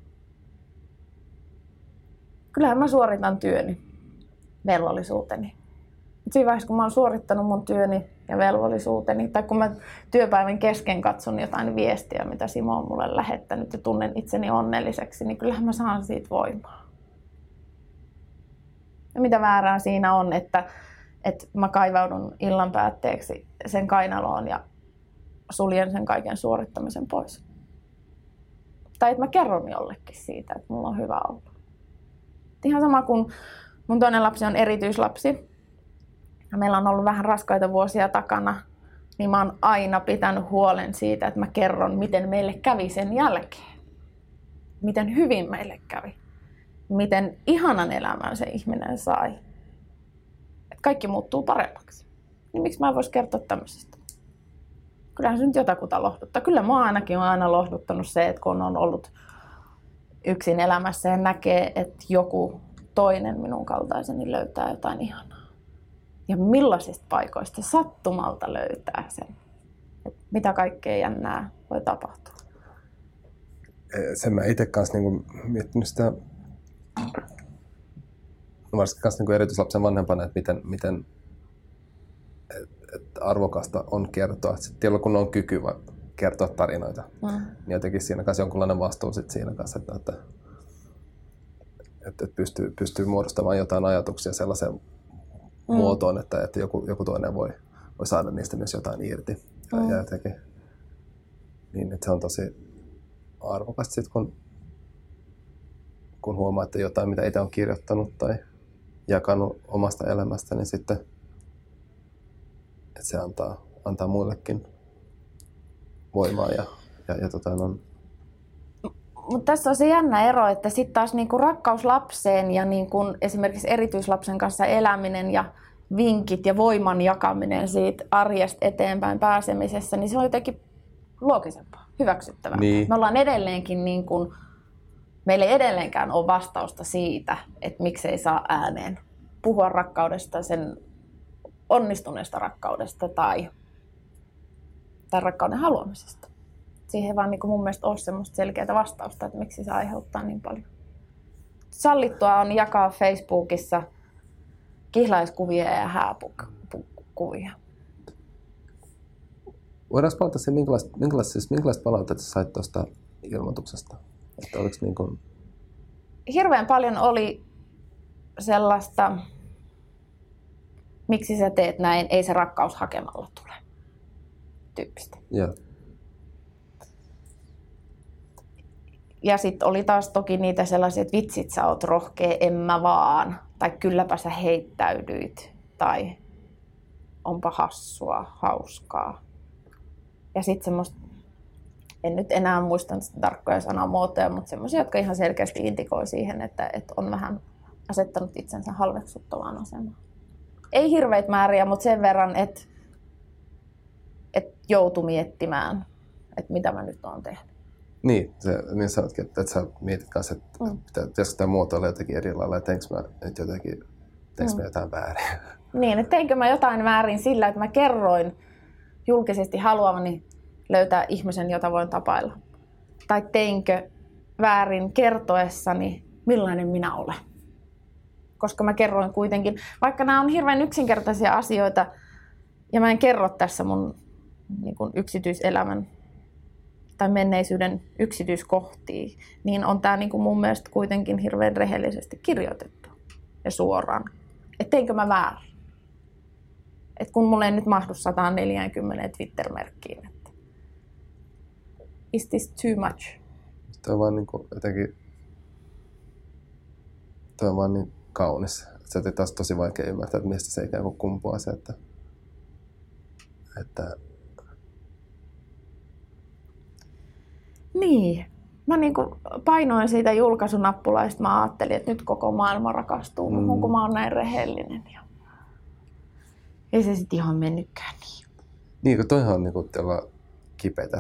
Kyllähän mä suoritan työni, velvollisuuteni. Siinä vaiheessa, kun mä oon suorittanut mun työni ja velvollisuuteni, tai kun mä työpäivän kesken katson jotain viestiä, mitä Simo on mulle lähettänyt ja tunnen itseni onnelliseksi, niin kyllähän mä saan siitä voimaa. Ja mitä väärää siinä on, että mä kaivaudun illan päätteeksi sen kainaloon ja suljen sen kaiken suorittamisen pois. Tai että mä kerron jollekin siitä, että mulla on hyvä olla. Ihan sama kuin mun toinen lapsi on erityislapsi. Ja meillä on ollut vähän raskaita vuosia takana, niin mä oon aina pitänyt huolen siitä, että mä kerron, miten meille kävi sen jälkeen. Miten hyvin meille kävi. Miten ihanan elämän se ihminen sai. Että kaikki muuttuu paremmaksi. Niin miksi mä en voisi kertoa tämmöisestä? Kyllähän se nyt jotakuta lohduttaa. Kyllä mä ainakin on aina lohduttanut se, että kun on ollut yksin elämässä ja näkee, että joku toinen minun kaltaiseni löytää jotain ihanaa. Ja millaisista paikoista sattumalta löytää sen. Että mitä kaikkea jännää voi tapahtua. Sen mä itse kanssa niinku miettinyt sitä, varsinkin kanssa niinku erityislapsen vanhempana, että miten arvokasta on kertoa. Sitten kun on kyky kertoa tarinoita, niin jotenkin siinä kanssa jonkunlainen vastuu sit siinä kanssa, että pystyy muodostamaan jotain ajatuksia sellaiseen muotoon, että joku toinen voi saada niistä myös jotain irti. Ja jotenkin, niin, että se on tosi arvokasta sit, kun huomaa, että jotain, mitä itse on kirjoittanut tai jakanut omasta elämästä, niin sitten että se antaa muillekin voimaa Mutta tässä on se jännä ero, että sitten taas niinku rakkaus lapseen ja niinku esimerkiksi erityislapsen kanssa eläminen ja vinkit ja voiman jakaminen siitä arjesta eteenpäin pääsemisessä, niin se on jotenkin loogisempaa, hyväksyttävää. Niin. Me ollaan edelleenkin meillä ei edelleenkään ole vastausta siitä, että miksei saa ääneen puhua rakkaudesta, sen onnistuneesta rakkaudesta tai rakkauden haluamisesta. Siihen ei vaan niin kuin mun mielestä ole semmoista selkeää vastausta, että miksi se aiheuttaa niin paljon. Sallittua on jakaa Facebookissa kihlaiskuvia ja hääkuvia. Voidaanko palata siihen, minkälaista palautetta sait tuosta ilmoituksesta? Että oliko niin kuin... Hirveän paljon oli sellaista, miksi sä teet näin, ei se rakkaus hakemalla tule tyyppistä. Yeah. Ja sitten oli taas toki niitä sellaisia, että vitsit sä oot rohkea, en mä vaan. Tai kylläpä sä heittäydyit. Tai onpa hassua, hauskaa. Ja sitten semmoista, en nyt enää muista tarkkoja sanamuotoja, mutta semmoisia, jotka ihan selkeästi indikoi siihen, että on vähän asettanut itsensä halveksuttavaan asemaan. Ei hirveitä määriä, mutta sen verran, että joutui miettimään, että mitä mä nyt oon tehnyt. Niin, niin sä ootkin, että sä mietit kanssa, että pitäisikö tämä muotoilla jotenkin eri lailla, että teinkö mä jotain väärin. Niin, että teinkö mä jotain väärin sillä, että mä kerroin julkisesti haluamani löytää ihmisen, jota voin tapailla. Tai teinkö väärin kertoessani, millainen minä olen. Koska mä kerroin kuitenkin, vaikka nämä on hirveän yksinkertaisia asioita, ja mä en kerro tässä mun niin kuin yksityiselämän tai menneisyyden yksityiskohtia, niin on tää niin kuin mun mielestä kuitenkin hirveän rehellisesti kirjoitettu ja suoraan. Että teinkö mä väärin? Että kun mulla ei nyt mahdu 140 Twitter-merkkiin, että is this too much? Tuo on vaan niin kuin jotenkin, tuo on vaan niin kaunis. Se on taas tosi vaikea ymmärtää, että mistä se ikään kuin kumpuaa se, että Niin. Mä niinku painoin siitä julkaisunappulaista. Mä ajattelin, että nyt koko maailma rakastuu muhun, kun mä oon näin rehellinen. Ja ei se sit ihan mennytkään niin. Niin, kun toihan on niinku kipeätä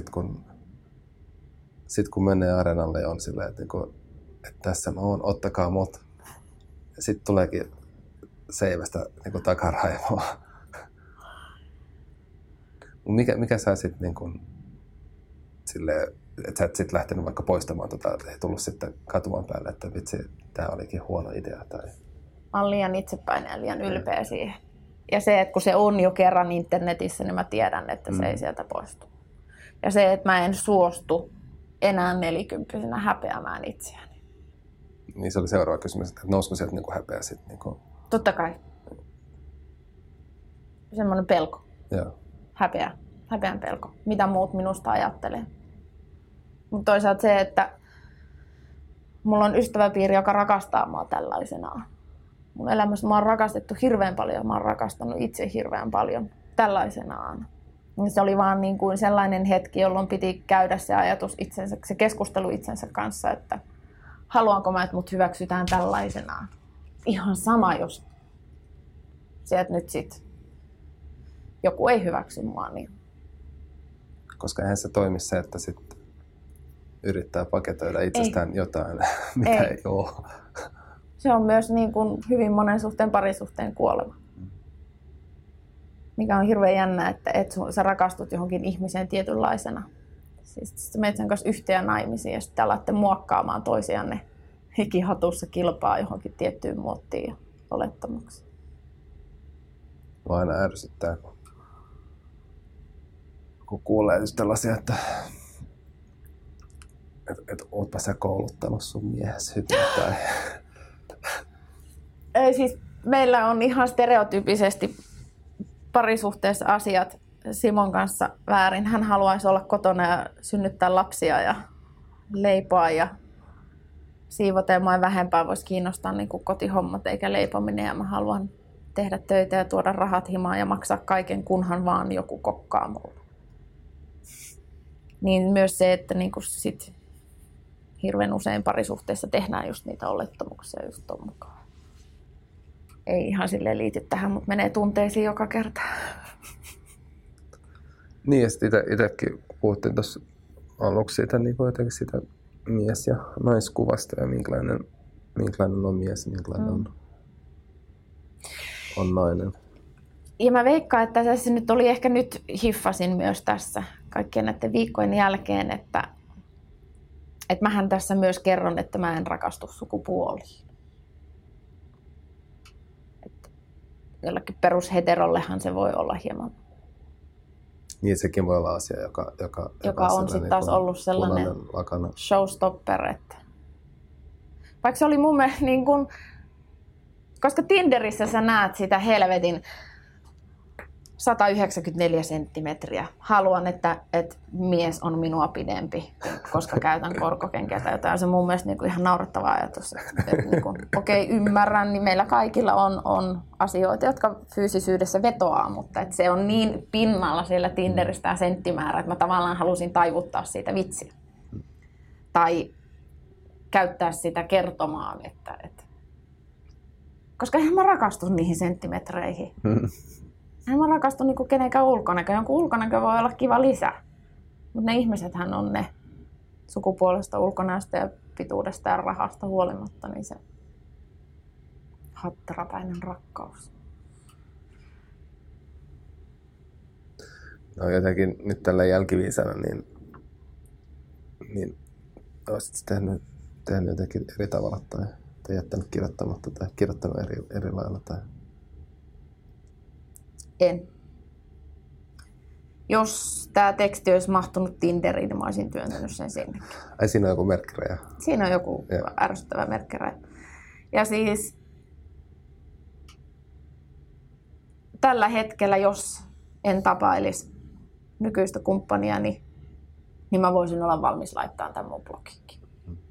sit kun menee areenalle ja on silleen, että tässä mä oon, ottakaa mut. Ja sit tuleekin seivästä niinku takaraivoa. Mikä sä sit niinku silleen, että sä et sit lähtenyt vaikka poistamaan ei tullut sitten katuman päälle, että vitsi, tää olikin huono idea. Tai... Mä oon liian itsepäinen ja liian ylpeä siihen. Ja se, että kun se on jo kerran internetissä, niin mä tiedän, että se ei sieltä poistu. Ja se, että mä en suostu enää 40-vuotiaana häpeämään itseäni. Niin se oli seuraava kysymys, että nousiko sieltä niinku häpeä sitten? Niinku... Totta kai. Semmoinen pelko. Joo. Häpeän pelko. Mitä muut minusta ajattelee. Mutta toisaalta se, että mulla on ystäväpiiri, joka rakastaa mua tällaisenaan. Mun elämässä mä oon rakastettu hirveän paljon. Mä oon rakastanut itse hirveän paljon tällaisenaan. Ja se oli vaan niin kuin sellainen hetki, jolloin piti käydä se ajatus itsensä, se keskustelu itsensä kanssa, että haluanko mä, että mut hyväksytään tällaisenaan. Ihan sama, jos sieltä nyt sit joku ei hyväksy mua. Niin. Koska eihän se toimi se, että sit yrittää paketoida itsestään jotain, mitä ei ole. Se on myös niin kuin hyvin monen parisuhteen kuolema. Mikä on hirveän jännä, että sä rakastut johonkin ihmiseen tietynlaisena. Siis sä menet sen kanssa yhteen naimisiin ja sitten alatte muokkaamaan toisianne hikihatussa kilpaa johonkin tiettyyn muottiin ja olettamuksiin. Mua aina ärsyttää, kun kuulee just tällaisia, että ootpa sä kouluttanut sun mies hyvin tai... Ei siis, meillä on ihan stereotyyppisesti parisuhteessa asiat Simon kanssa väärin. Hän haluaisi olla kotona ja synnyttää lapsia ja leipoa ja siivota. Ja mua vähempää voisi kiinnostaa niin kuin kotihommat eikä leipominen. Ja mä haluan tehdä töitä ja tuoda rahat himaan ja maksaa kaiken, kunhan vaan joku kokkaa mulle. Niin myös se, että niin kuin sit hirveän usein parisuhteessa tehdään just niitä olettamuksia just ton mukaan. Ei ihan silleen liity tähän, mutta menee tunteisiin joka kerta. Niin, ja sitten itsekin puhuttiin tuossa aluksi siitä, niin jotenkin siitä mies- ja naiskuvasta ja minkälainen on mies ja minkälainen on nainen. Ja mä veikkaan, että tässä nyt oli ehkä nyt hiffasin myös tässä kaikkien näiden viikkojen jälkeen, että mähän tässä myös kerron, että mä en rakastu sukupuoliin. Että jollakin perusheterollehan se voi olla hieman. Niin, sekin voi olla asia, joka on sitten taas ollut sellainen showstopper. Että... Vaikka se oli mun mielestä niin kuin... Koska Tinderissä sä näet sitä helvetin 194 senttimetriä. Haluan, että mies on minua pidempi, koska käytän korkokenkiä tai jotain. Se on mun mielestä niin kuin ihan naurettava ajatus. Niin okei, ymmärrän, niin meillä kaikilla on asioita, jotka fyysisyydessä vetoaa, mutta että se on niin pinnalla siellä Tinderissä tämä senttimäärä, että mä tavallaan halusin taivuttaa siitä vitsiä. Tai käyttää sitä kertomaan, että Koska eihän mä rakastu niihin senttimetreihin. Eihän mä rakastu niinku kenenkään ulkonäkö. Jonkun ulkonäkö voi olla kiva lisä. Mutta ne ihmisethän on ne sukupuolesta, ulkonäöstä ja pituudesta ja rahasta huolimatta, niin se hattarapäinen rakkaus. No jotenkin nyt tällä jälkiviisana, niin olisit tehnyt jotenkin eri tavalla tai jättänyt kirjoittamatta tai kirjoittanut eri lailla? Tai... En. Jos tämä teksti olisi mahtunut Tinderiin, niin mä olisin työntänyt sen sinne. Ai siinä on joku merkkiraja? Siinä on joku ärsyttävä merkkiraja. Ja siis tällä hetkellä, jos en tapailisi nykyistä kumppania, niin mä voisin olla valmis laittamaan tämän mun blogiinkin.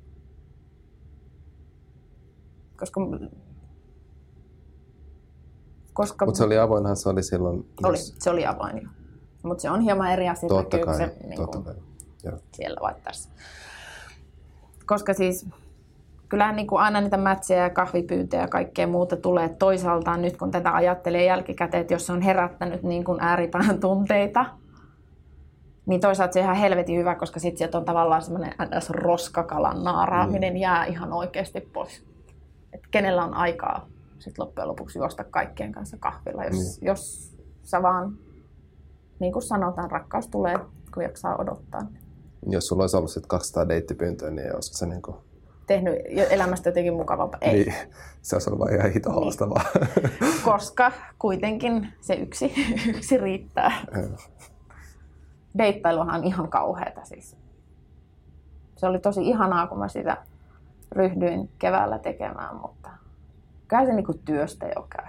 Koska mutta se oli avoinhan, se oli silloin... Se oli avoin jo. Mutta se on hieman eri asia, totta kai, se siellä vai tässä. Koska siis kyllähän niin kuin aina niitä mätsejä ja kahvipyyntöjä ja kaikkea muuta tulee toisaalta nyt, kun tätä ajattelee jälkikäteen, että jos se on herättänyt niin kuin ääripään tunteita, niin toisaalta se on ihan helvetin hyvä, koska sitten sieltä on tavallaan semmoinen roskakalan naaraaminen jää ihan oikeasti pois. Et kenellä on aikaa sit loppujen lopuksi juosta kaikkien kanssa kahvilla, jos sä vaan, niin kuin sanotaan, rakkaus tulee, kun jaksaa odottaa. Jos sulla olisi ollut sit 200 deittipyyntöä, niin olisiko se niin kuin... tehnyt elämästä jotenkin mukavampaa? Ei. Niin, se olisi ollut vaan ihan hito haastavaa. Koska kuitenkin se yksi riittää. Deittailuhan on ihan kauheata siis. Se oli tosi ihanaa, kun mä sitä ryhdyin keväällä tekemään, mutta kyllä se niinku työstä jo käy.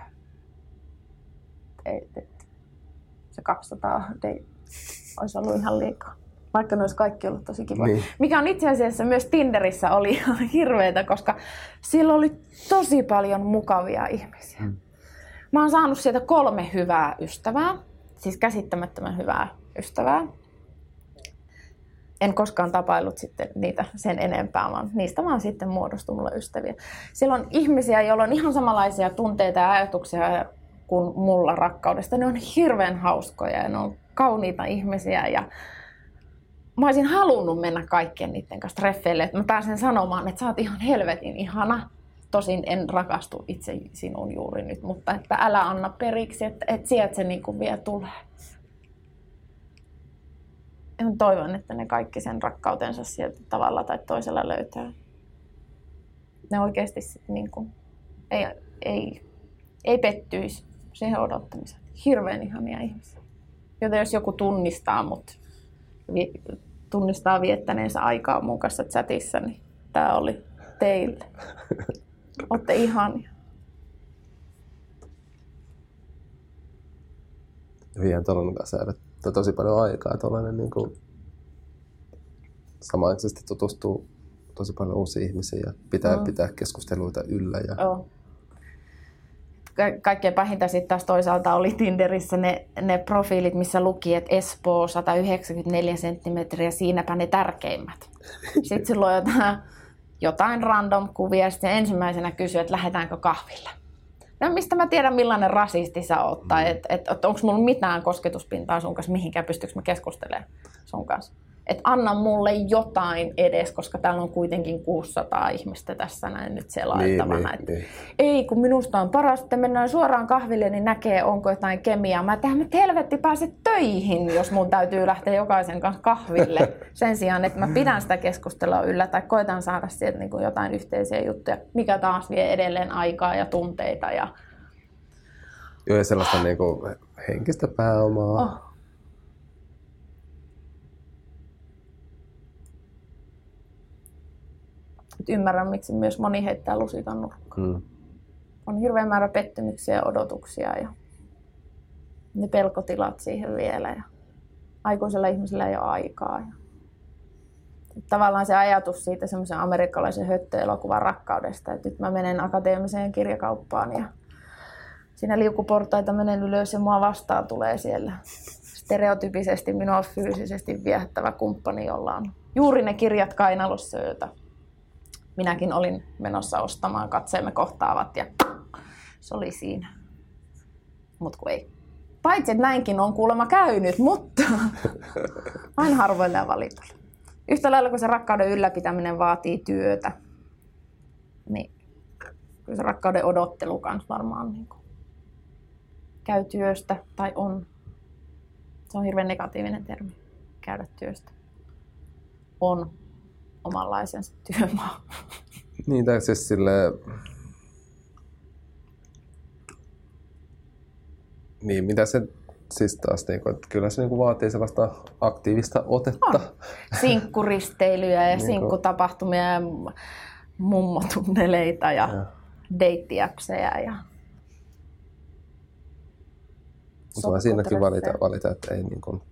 Se 200 olisi ollut ihan liikaa. Vaikka ne olisi kaikki ollut tosi kiva. Niin. Mikä on itse asiassa myös Tinderissä oli ihan hirveetä, koska sillä oli tosi paljon mukavia ihmisiä. Mä oon saanut sieltä 3 hyvää ystävää, siis käsittämättömän hyvää ystävää. En koskaan tapaillut sitten niitä sen enempää, vaan niistä vaan sitten muodostui mulle ystäviä. Siellä on ihmisiä, joilla on ihan samanlaisia tunteita ja ajatuksia kuin mulla rakkaudesta. Ne on hirveän hauskoja ja ne on kauniita ihmisiä. Ja mä olisin halunnut mennä kaikkien niiden kanssa treffeille, että mä pääsen sanomaan, että sä oot ihan helvetin ihana. Tosin en rakastu itse sinuun juuri nyt, mutta että älä anna periksi, että sieltä se niin kuin vielä tulee. Ja mä toivon, että ne kaikki sen rakkautensa sieltä tavalla tai toisella löytää. Ne oikeasti sitten niin kuin ei pettyisi siihen odottamiseen. Hirveän ihania ihmisiä. Joten jos joku tunnistaa mut, tunnistaa viettäneensä aikaa mun kanssa chatissa, niin tää oli teille. Ootte ihania. Hyvin tuollainen kanssa säädettä tosi paljon aikaa. Tuollainen niin kuin samaisesti tutustuu tosi paljon uusia ihmisiä ja pitää keskusteluita yllä. Ja... Kaikkein pahinta sitten taas toisaalta oli Tinderissä ne profiilit, missä luki, että Espoo 194 senttimetriä, siinäpä ne tärkeimmät. Sitten sulla on jotain random kuvia ja sitten ensimmäisenä kysyy, että lähdetäänkö kahville. No mistä mä tiedän, millainen rasisti sä oot, tai onko mulla mitään kosketuspintaa sun kanssa, mihinkään pystyykö mä keskustelemaan sun kanssa. Että anna mulle jotain edes, koska täällä on kuitenkin 600 ihmistä tässä näin nyt selaittavana. Niin. Ei, kun minusta on paras, että mennään suoraan kahville, niin näkee, onko jotain kemiaa. Mä tähän nyt helvetti pääse töihin, jos mun täytyy lähteä jokaisen kanssa kahville. Sen sijaan, että mä pidän sitä keskustelua yllä tai koitan saada sieltä niin kuin jotain yhteisiä juttuja, mikä taas vie edelleen aikaa ja tunteita. Ja sellaista niin kuin henkistä pääomaa. Ymmärrän, miksi myös moni heittää lusikan nurkkaan. On hirveä määrä pettymyksiä ja odotuksia ja ne pelkotilat siihen vielä. Ja aikuisella ihmisellä ei ole aikaa. Ja tavallaan se ajatus siitä semmoisen amerikkalaisen höttöelokuvan rakkaudesta, että nyt mä menen akateemiseen kirjakauppaan ja siinä liukuportaita menen ylös ja mua vastaan tulee siellä stereotypisesti minua fyysisesti viehättävä kumppani, jolla on juuri ne kirjat kainalossa, joita minäkin olin menossa ostamaan, katseemme kohtaavat ja se oli siinä. Mut kun ei. Paitsi, että näinkin on kuulemma käynyt, mutta aina harvoille ja valituille. Yhtä lailla kuin se rakkauden ylläpitäminen vaatii työtä, niin kyllä se rakkauden odottelu kanssa varmaan niin kuin käy työstä tai on. Se on hirveän negatiivinen termi, käydä työstä. On omanlaisensa työmaa. Niin, tai siis silleen... Niin, mitä se siis taas, niin, että kyllä se niin vaatii sellaista aktiivista otetta. On. Sinkkuristeilyjä ja sinkkutapahtumia ja mummotunneleita ja deittiäpsejä. Ja... Mutta vaan siinäkin valita, että ei niin kuin...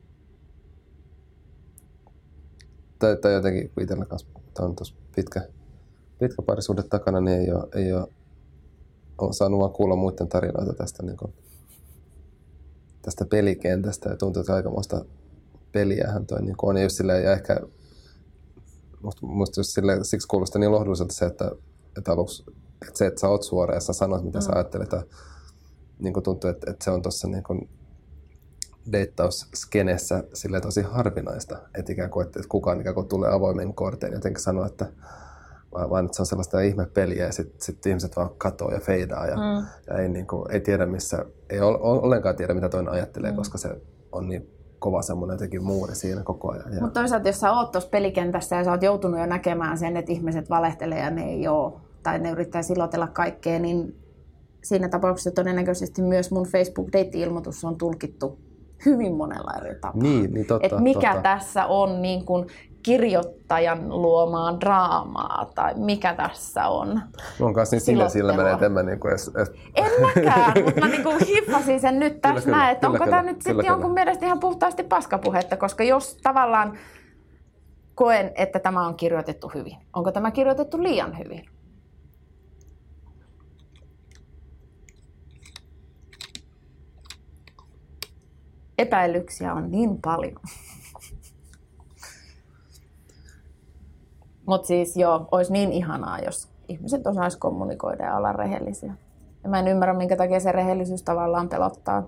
Tai jotenkin, kun itsellä kanssa on tuossa pitkä parisuhde takana, niin ei ole saanut vaan kuulla muiden tarinoita tästä, niin kuin, tästä pelikentästä. Ja tuntuu, että aikamoista peliähän toi niin on. Ja, just silleen, ja ehkä musta just silleen, siksi kuulostaa niin lohdulliselta se, että aluksi että se, että sä oot suora ja sä sanot, mitä sä ajattelet. Ja, niin kuin tuntuu, että se on tuossa niin deittausskenessä silleen tosi harvinaista. Että ikään kuin, että kukaan ikään kuin tulee avoimen korteen ja jotenkin sanoo, että vaan että se on sellaista ihmepeliä ja sitten ihmiset vaan katoo ja feidaa ja ei, niin kuin, ei tiedä missä, ei ollenkaan tiedä mitä toinen ajattelee, koska se on niin kova semmoinen jotenkin muuri siinä koko ajan. Mutta toisaalta jos sä oot tuossa pelikentässä ja sä oot joutunut jo näkemään sen, että ihmiset valehtelee ja ne ei oo, tai ne yrittää silotella kaikkea, niin siinä tapauksessa todennäköisesti myös mun Facebook-deitti-ilmoitus on tulkittu hyvin monella eri tapaa. Niin totta. Että mikä tässä on niin kuin kirjoittajan luomaa draamaa tai mikä tässä on. Mä oon kanssa niin sinne silmäinen, että en mä niinku edes... En mäkään, mutta mä niinku hiffasin sen nyt tässä näin, että onko tämä nyt sitten jonkun mielestä ihan puhtaasti paskapuhetta, koska jos tavallaan koen, että tämä on kirjoitettu hyvin, onko tämä kirjoitettu liian hyvin? Epäilyksiä on niin paljon. Mutta siis joo, olisi niin ihanaa, jos ihmiset osaisivat kommunikoida ja olla rehellisiä. Ja mä en ymmärrä, minkä takia se rehellisyys tavallaan pelottaa.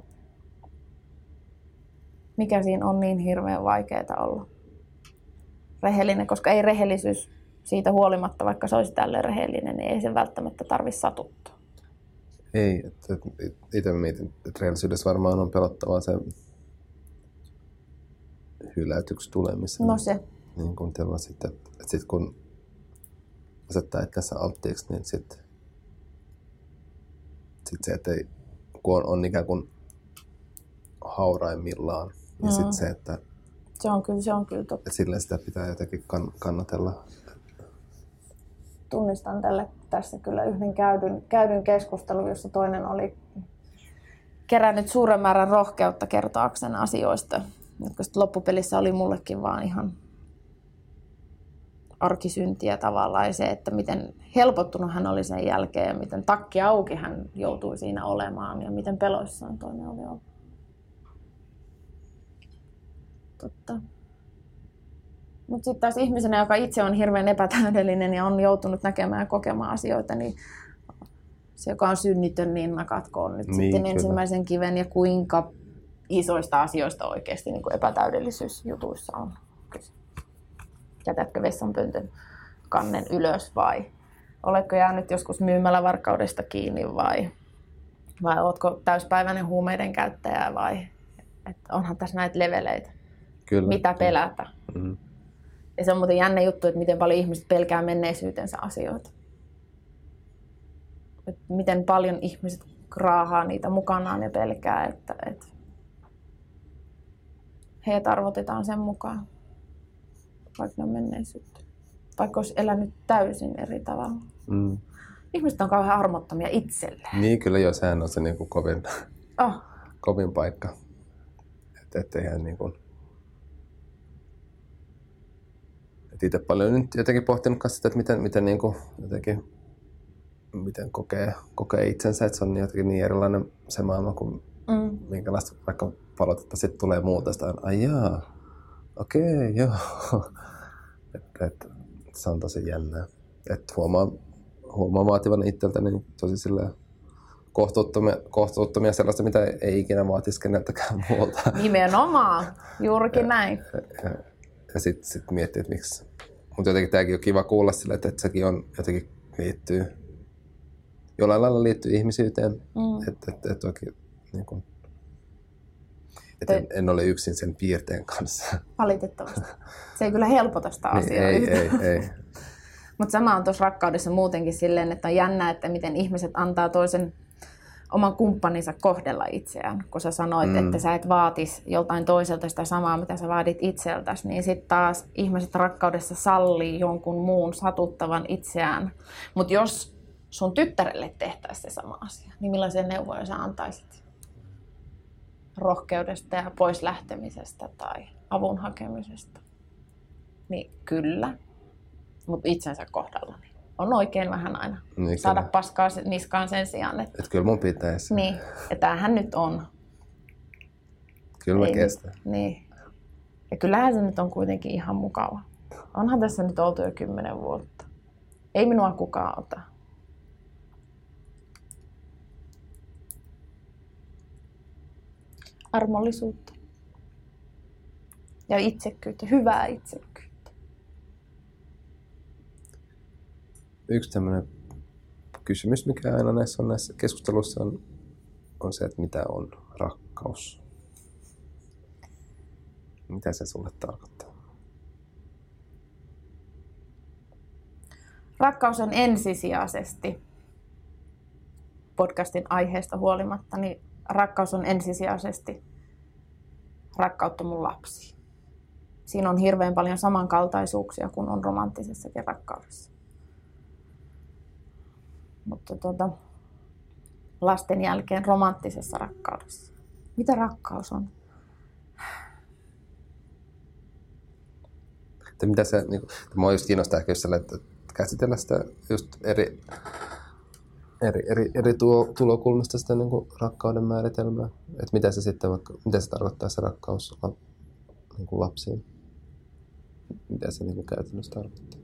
Mikä siinä on niin hirveän vaikeaa olla rehellinen, koska ei rehellisyys siitä huolimatta, vaikka se olisi tälleen rehellinen, niin ei sen välttämättä tarvitse satuttaa. Ei, itse mietin, että rehellisyydessä varmaan on pelottavaa se hylätyksi tulemisen. No se. Niin kun sitten, että sit kun asettaa itsensä alttiiksi, niin sit se, että ei, kun on ikään kuin hauraimmillaan, niin sit se, että se on kyllä totta. Että silleen sitä pitää jotenkin kannatella. Tunnistan tässä kyllä yhden käydyn keskustelun, jossa toinen oli kerännyt suuren määrän rohkeutta kertoakseen asioista, jotka sitten loppupelissä oli mullekin vaan ihan arkisyntiä tavallaan. Ja se, että miten helpottunut hän oli sen jälkeen ja miten takki auki hän joutui siinä olemaan ja miten peloissaan toinen oli ollut. Totta. Mutta sitten taas ihmisenä, joka itse on hirveän epätäydellinen ja on joutunut näkemään ja kokemaan asioita, niin se, joka on synnitön, niin nakatkoon nyt niin, sitten kyllä. Ensimmäisen kiven ja kuinka isoista asioista oikeasti niin kuin epätäydellisyysjutuissa on kyse. Jätätkö vessanpöntön kannen ylös vai oletko jäänyt joskus myymälävarkaudesta kiinni vai oletko täyspäiväinen huumeiden käyttäjä vai että onhan tässä näitä leveleitä. Kyllä. Mitä pelätä. Mm-hmm. Ja se on muuten jännä juttu, että miten paljon ihmiset pelkää menneisyytensä asioita. Että miten paljon ihmiset raahaa niitä mukanaan ja pelkää, että heidät arvotetaan sen mukaan, vaikka ne on menneisyyttä. Vaikka olisi elänyt täysin eri tavalla. Mm. Ihmiset on kauhean armottomia itselleen. Niin kyllä jo, sehän on se niin kuin kovin paikka. Että eihän niin kuin... Itse paljon nyt jotenkin pohtinut sitä, että miten niin kuin jotenkin miten kokee itsensä, että se on jotenkin niin erilainen se maailma kuin minkälaista vaikka palautetta sitten tulee muuta. Sitä on, ai jaa, okei, joo. Että se on tosi jännää. Että huomaa vaativan itseltäni tosi silleen kohtuuttomia sellaista, mitä ei ikinä vaatisi keneltäkään muuta. Nimenomaan, juurikin näin. Ja sitten miettii, että miksi. Mutta jotenkin tämäkin on kiva kuulla sille, että sekin on jotenkin jollain lailla liittyy ihmisyyteen. Että oikein, niin kuin, en ole yksin sen piirteen kanssa. Valitettavasti. Se ei kyllä helpota sitä asiaa. Ei. Mutta sama on tuossa rakkaudessa muutenkin silleen, että on jännä, että miten ihmiset antaa toisen oman kumppaninsa kohdella itseään. Kun sä sanoit, että sä et vaatis joltain toiselta sitä samaa, mitä sä vaadit itseltäsi, niin sitten taas ihmiset rakkaudessa sallii jonkun muun satuttavan itseään. Mutta jos sun tyttärelle tehtäisiin se sama asia, niin millaisia neuvoja sä antaisit? Rohkeudesta ja pois lähtemisestä tai avun hakemisesta? Niin kyllä, mutta itsensä kohdalla niin on oikein vähän aina niin, saada paskaa niskaan sen sijaan. Että kyllä mun pitäisi. Niin, ja tämähän nyt on. Kyllä mä kestän. Niin. Ja kyllähän se nyt on kuitenkin ihan mukava. Onhan tässä nyt oltu jo 10 vuotta. Ei minua kukaan ota. Armollisuutta. Ja itsekkyyttä, hyvää itsekkyyttä. Yksi tämmöinen kysymys, mikä aina näissä keskusteluissa on se, että mitä on rakkaus? Mitä se sulle tarkoittaa? Rakkaus on ensisijaisesti, podcastin aiheesta huolimatta, niin rakkaus on ensisijaisesti rakkautta mun lapsiin. Siinä on hirveän paljon samankaltaisuuksia kuin on romanttisessakin rakkaudessa. Mutta lasten jälkeen romanttisessa rakkaudessa. Mitä rakkaus on? Mitä se, niin, mua just kiinnostaa ehkä että käsitellä sitä just eri tulokulmista sitä niin kuin rakkauden määritelmää. Että mitä se sitten mitä se tarkoittaa se rakkaus niin kuin lapsiin? Mitä se niin kuin käytännössä tarkoittaa?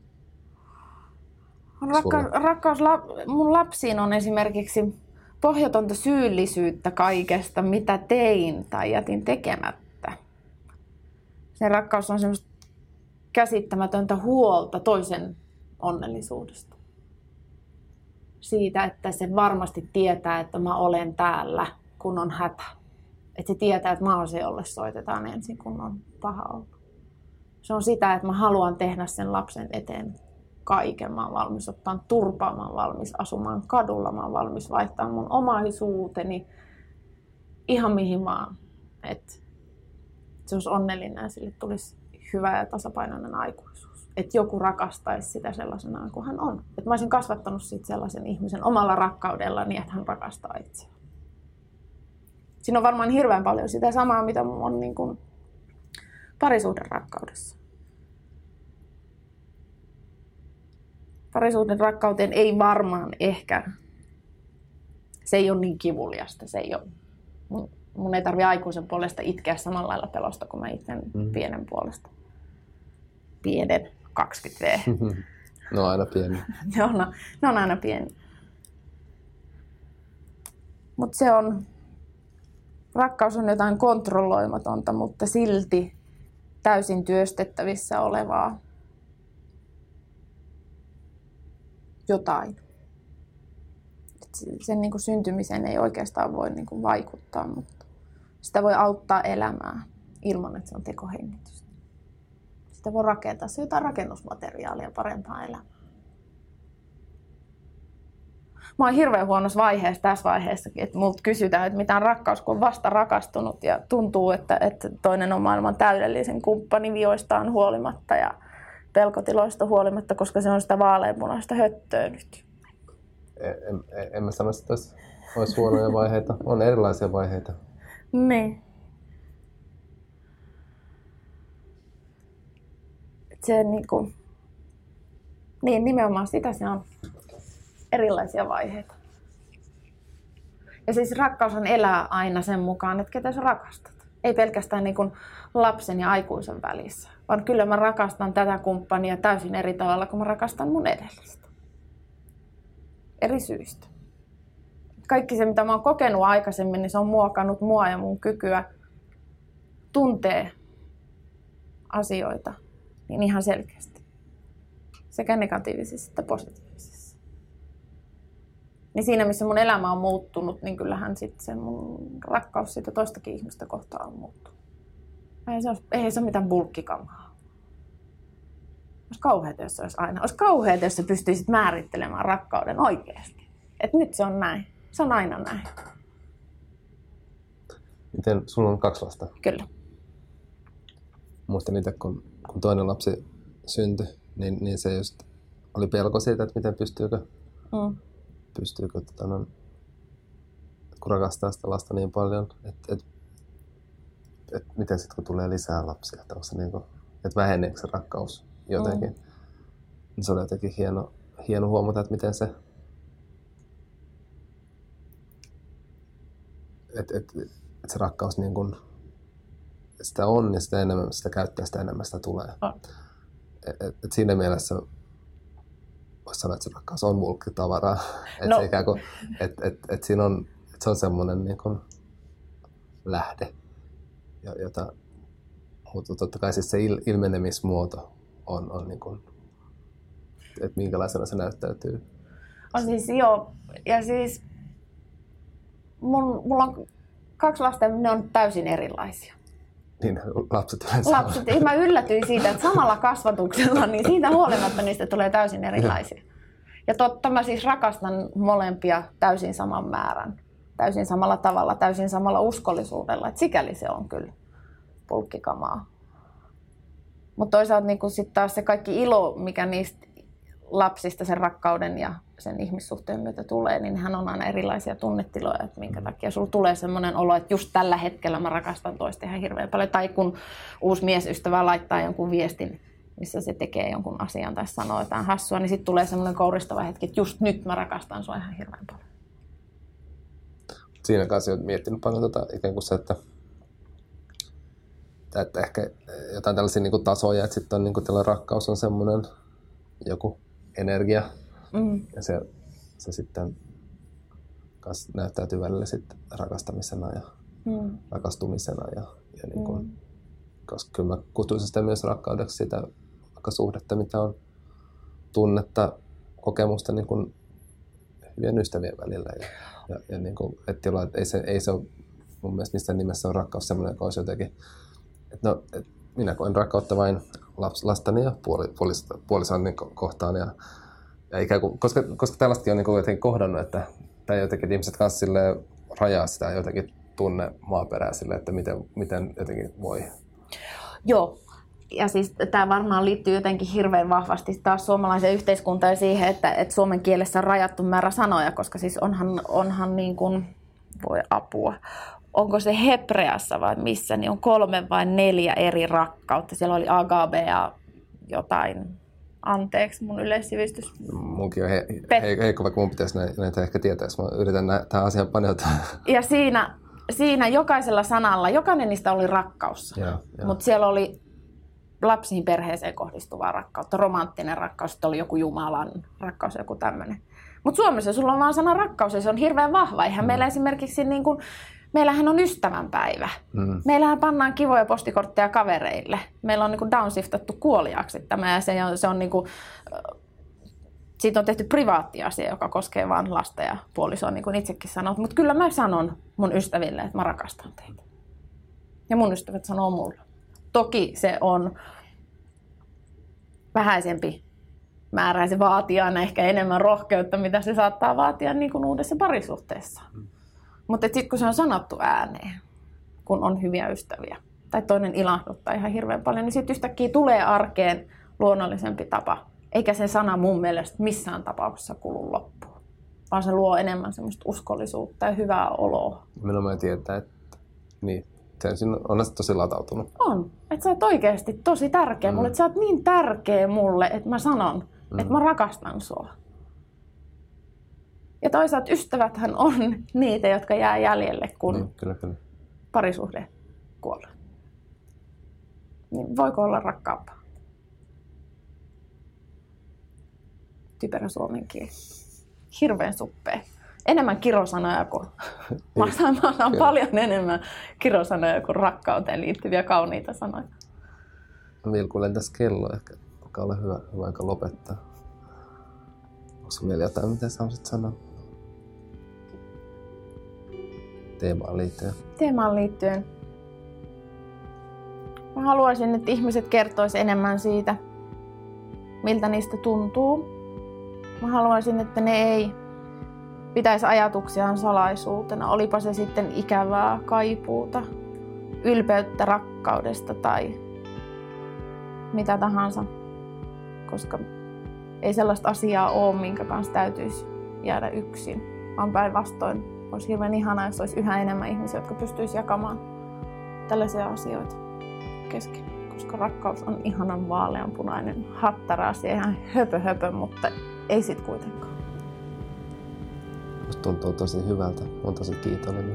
Rakkaus mun lapsiin on esimerkiksi pohjatonta syyllisyyttä kaikesta, mitä tein tai jätin tekemättä. Se rakkaus on semmoista käsittämätöntä huolta toisen onnellisuudesta. Siitä, että se varmasti tietää, että mä olen täällä, kun on hätä. Että se tietää, että maaseolle soitetaan ensin, kun on paha ollut. Se on sitä, että mä haluan tehdä sen lapsen eteen kaiken. Mä oon valmis ottaa turpaa, mä oon valmis asumaan kadulla, mä oon valmis vaihtamaan mun omaisuuteni ihan mihin vaan. Että se olisi onnellinen ja sille tulisi hyvä ja tasapainoinen aikuisuus. Että joku rakastaisi sitä sellaisena kuin hän on. Että mä olisin kasvattanut siitä sellaisen ihmisen omalla rakkaudella niin, että hän rakastaa itseään. Siinä on varmaan hirveän paljon sitä samaa, mitä on niin kuin parisuhden rakkaudessa. Parisuhden rakkauteen ei varmaan ehkä, se ei ole niin kivuliasta, se ei ole. Mun ei tarvitse aikuisen puolesta itkeä samalla lailla pelosta kuin mä itken pienen puolesta. Pienen, 20V. No aina pieni. Ne on aina pieni. Mutta se on, rakkaus on jotain kontrolloimatonta, mutta silti täysin työstettävissä olevaa jotain. Sen niin kuin syntymiseen ei oikeastaan voi niin kuin vaikuttaa, mutta sitä voi auttaa elämää ilman, että se on tekohengitystä. Sitä voi rakentaa. Se on jotain rakennusmateriaalia parempaa elämää. Mä oon hirveän huonossa vaiheessa tässä vaiheessakin, että multa kysytään, että mitä on rakkaus, kun on vasta rakastunut ja tuntuu, että toinen on maailman täydellisen kumppani vioistaan huolimatta ja pelkotiloista huolimatta, koska se on sitä vaaleanpunaista höttöä nyt. En mä sano, että tässä olisi huonoja vaiheita. On erilaisia vaiheita. Niin. Se niin nimenomaan sitä se on. Erilaisia vaiheita. Ja siis rakkaus on elää aina sen mukaan, että ketä sä rakastat. Ei pelkästään niin kuin lapsen ja aikuisen välissä, vaan kyllä mä rakastan tätä kumppania täysin eri tavalla kuin mä rakastan mun edellistä. Eri syistä. kaikki se, mitä mä oon kokenut aikaisemmin, niin se on muokannut mua ja mun kykyä tuntee asioita niin ihan selkeästi. Sekä negatiivisissa että positiivisissa. Niin siinä, missä mun elämä on muuttunut, niin kyllähän sitten se mun rakkaus siitä toistakin ihmistä kohtaan on muuttunut. Ei se ole mitään bulkkikamaa. Olisi kauheata, jos se olisi aina. Olisi kauheata, jos sä pystyisit määrittelemään rakkauden oikeasti. Että nyt se on näin. Se on aina näin. Miten, sulla on 2 lasta? Kyllä. Muistan itse, kun toinen lapsi syntyi, niin se just oli pelko siitä, että miten pystyykö kun rakastaa sitä lasta niin paljon, että miten sitten kun tulee lisää lapsia, että väheneekö se rakkaus jotenkin. Se oli jotenkin hieno huomata, että miten se se rakkaus niin kun sitä on ja sitä enemmän sitä käyttää, sitä enemmän sitä tulee. Et siinä mielessä voisi sanoa, että se rakkaus on bulkkitavaraa. Että siinä on, että se on semmoinen niin kun lähde, mutta totta kai siis se ilmenemismuoto on niin kun, että minkälaisena se näyttäytyy. On siis joo, ja siis mulla on 2 lasta ja ne on täysin erilaisia. Niin, lapset yleensä. Mä yllätyin siitä, että samalla kasvatuksella, niin siitä huolimatta niistä tulee täysin erilaisia. Ja totta, mä siis rakastan molempia täysin saman määrän, täysin samalla tavalla, täysin samalla uskollisuudella. Et sikäli se on kyllä pulkkikamaa. Mutta toisaalta niin sitten taas se kaikki ilo, mikä niistä lapsista sen rakkauden ja sen ihmissuhteen myötä tulee, niin hän on aina erilaisia tunnetiloja, että minkä takia sulla tulee semmoinen olo, että just tällä hetkellä mä rakastan toista ihan hirveän paljon. Tai kun uusi miesystävä laittaa jonkun viestin, missä se tekee jonkun asian tai sanoo jotain hassua, niin sitten tulee semmoinen kouristava hetki, että just nyt mä rakastan sua ihan hirveän paljon. Siinä kanssa olet miettinyt paljon ikään kuin se, että ehkä jotain tällaisia niin kuin tasoja, että sitten on niin kuin tällainen rakkaus on semmoinen joku energia. Ja se sitten näyttäytyy välillä sitten rakastamisena ja rakastumisena. Ja niin kuin, koska kyllä mä kutsuisin sitä myös rakkaudeksi sitä vaikka suhdetta, mitä on tunnetta, kokemusta niin kuin hyvien ystävien välillä. Ja niin kuin, että ei se ole mun mielestä missään nimessä on rakkaus semmoinen, joka olisi jotenkin, että minä koen rakkautta vain lastani ja puolison kohtaan. Ja ikään kuin, koska tällaistakin on niin jotenkin kohdannut, että jotenkin ihmiset kanssa rajaa sitä jotenkin tunne maaperää sille, että miten jotenkin voi. Joo, ja siis tämä varmaan liittyy jotenkin hirveän vahvasti taas suomalaiseen yhteiskuntaan ja siihen, että suomen kielessä on rajattu määrä sanoja, koska siis onhan niin kuin, voi apua. Onko se hebreassa vai missä, niin on 3 vai 4 eri rakkautta. Siellä oli agape ja jotain. Anteeksi, mun yleissivistys. Munkin on heikko, vaikka mun pitäisi näitä ehkä tietää, jos mä yritän tähän asiaan paneutua. Ja siinä jokaisella sanalla, jokainen niistä oli rakkaus. Mutta siellä oli lapsiin, perheeseen kohdistuvaa rakkautta, romanttinen rakkaus, oli joku Jumalan rakkaus, joku tämmöinen. Mutta Suomessa sulla on vaan sana rakkaus ja se on hirveän vahva. Eihän meillä esimerkiksi niin kuin, meillähän on ystävänpäivä. Meillähän pannaan kivoja postikortteja kavereille. Meillä on niin kuin downshiftattu kuoliaaksi tämä ja se on niin kuin, siitä on tehty privaatti asia, joka koskee vain lasta ja puolisoa, niin kuin itsekin sanot. Mutta kyllä mä sanon mun ystäville, että mä rakastan teitä. Ja mun ystävät sanoo mulle. Toki se on vähäisempi määrä, se vaatii aina ehkä enemmän rohkeutta, mitä se saattaa vaatia niin kuin uudessa parisuhteessa. Mutta sitten kun se on sanottu ääneen, kun on hyviä ystäviä, tai toinen ilahduttaa ihan hirveän paljon, niin sitten yhtäkkiä tulee arkeen luonnollisempi tapa. Eikä se sana mun mielestä missään tapauksessa kulu loppuun, vaan se luo enemmän semmoista uskollisuutta ja hyvää oloa. Minun tietää, että niin, on se tosi latautunut. On, että sä oot oikeasti tosi tärkeä mulle, että sä oot niin tärkeä mulle, että mä sanon, että mä rakastan sua. Ja toisaalta ystäväthän on niitä, jotka jää jäljelle, kun kyllä. parisuhde kuolee. Niin voiko olla rakkaampaa? Typerä suomen kieli. Hirveän suppea. enemmän kirosanoja kuin... Mä saan paljon enemmän kirosanoja kuin rakkauteen liittyviä kauniita sanoja. Vilku lentäisi kello ehkä. Alkaa olla hyvä aika lopettaa. Onko sinulla vielä jotain, mitä sä haluaisit sanoa? Teemaan liittyen. Mä haluaisin, että ihmiset kertois enemmän siitä, miltä niistä tuntuu. Mä haluaisin, että ne ei pitäisi ajatuksiaan salaisuutena. Olipa se sitten ikävää, kaipuuta, ylpeyttä rakkaudesta tai mitä tahansa. Koska ei sellaista asiaa ole, minkä kanssa täytyisi jäädä yksin. Vaan päinvastoin olisi hirveän ihanaa, jos olisi yhä enemmän ihmisiä, jotka pystyisivät jakamaan tällaisia asioita kesken. Koska rakkaus on ihanan vaaleanpunainen hattara-asia, ihan höpö, mutta ei sit kuitenkaan. Musta tuntuu tosi hyvältä. Olen tosi kiitollinen.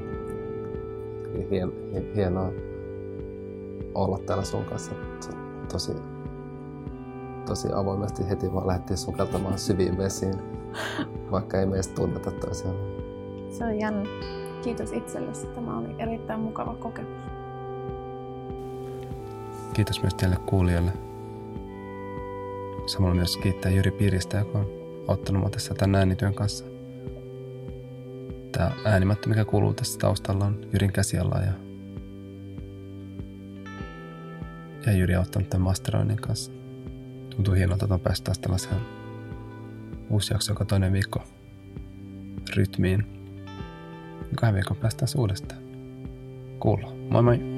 Hienoa olla täällä sun kanssa. Tosi avoimesti heti vaan lähdettiin sukeltamaan syviin vesiin, vaikka ei meistä tunneta toisiaan. Se on jännä. Kiitos itsellesi. Tämä oli erittäin mukava kokemus. Kiitos myös teille kuulijoille. Samalla myös kiittää Jyri Piristä, joka on ottanut mua tässä tämän äänityön kanssa. Tämä äänimatto, mikä kuuluu tässä taustalla, on Jyrin käsialaa ja Jyri on ottanut tämän masteroinnin kanssa. Tuntuu hienolta, että on päässyt taas tällaiseen uusi jakso joka toinen viikko rytmiin. 2 viikon päästään uudestaan. Kuullaan. Moi moi!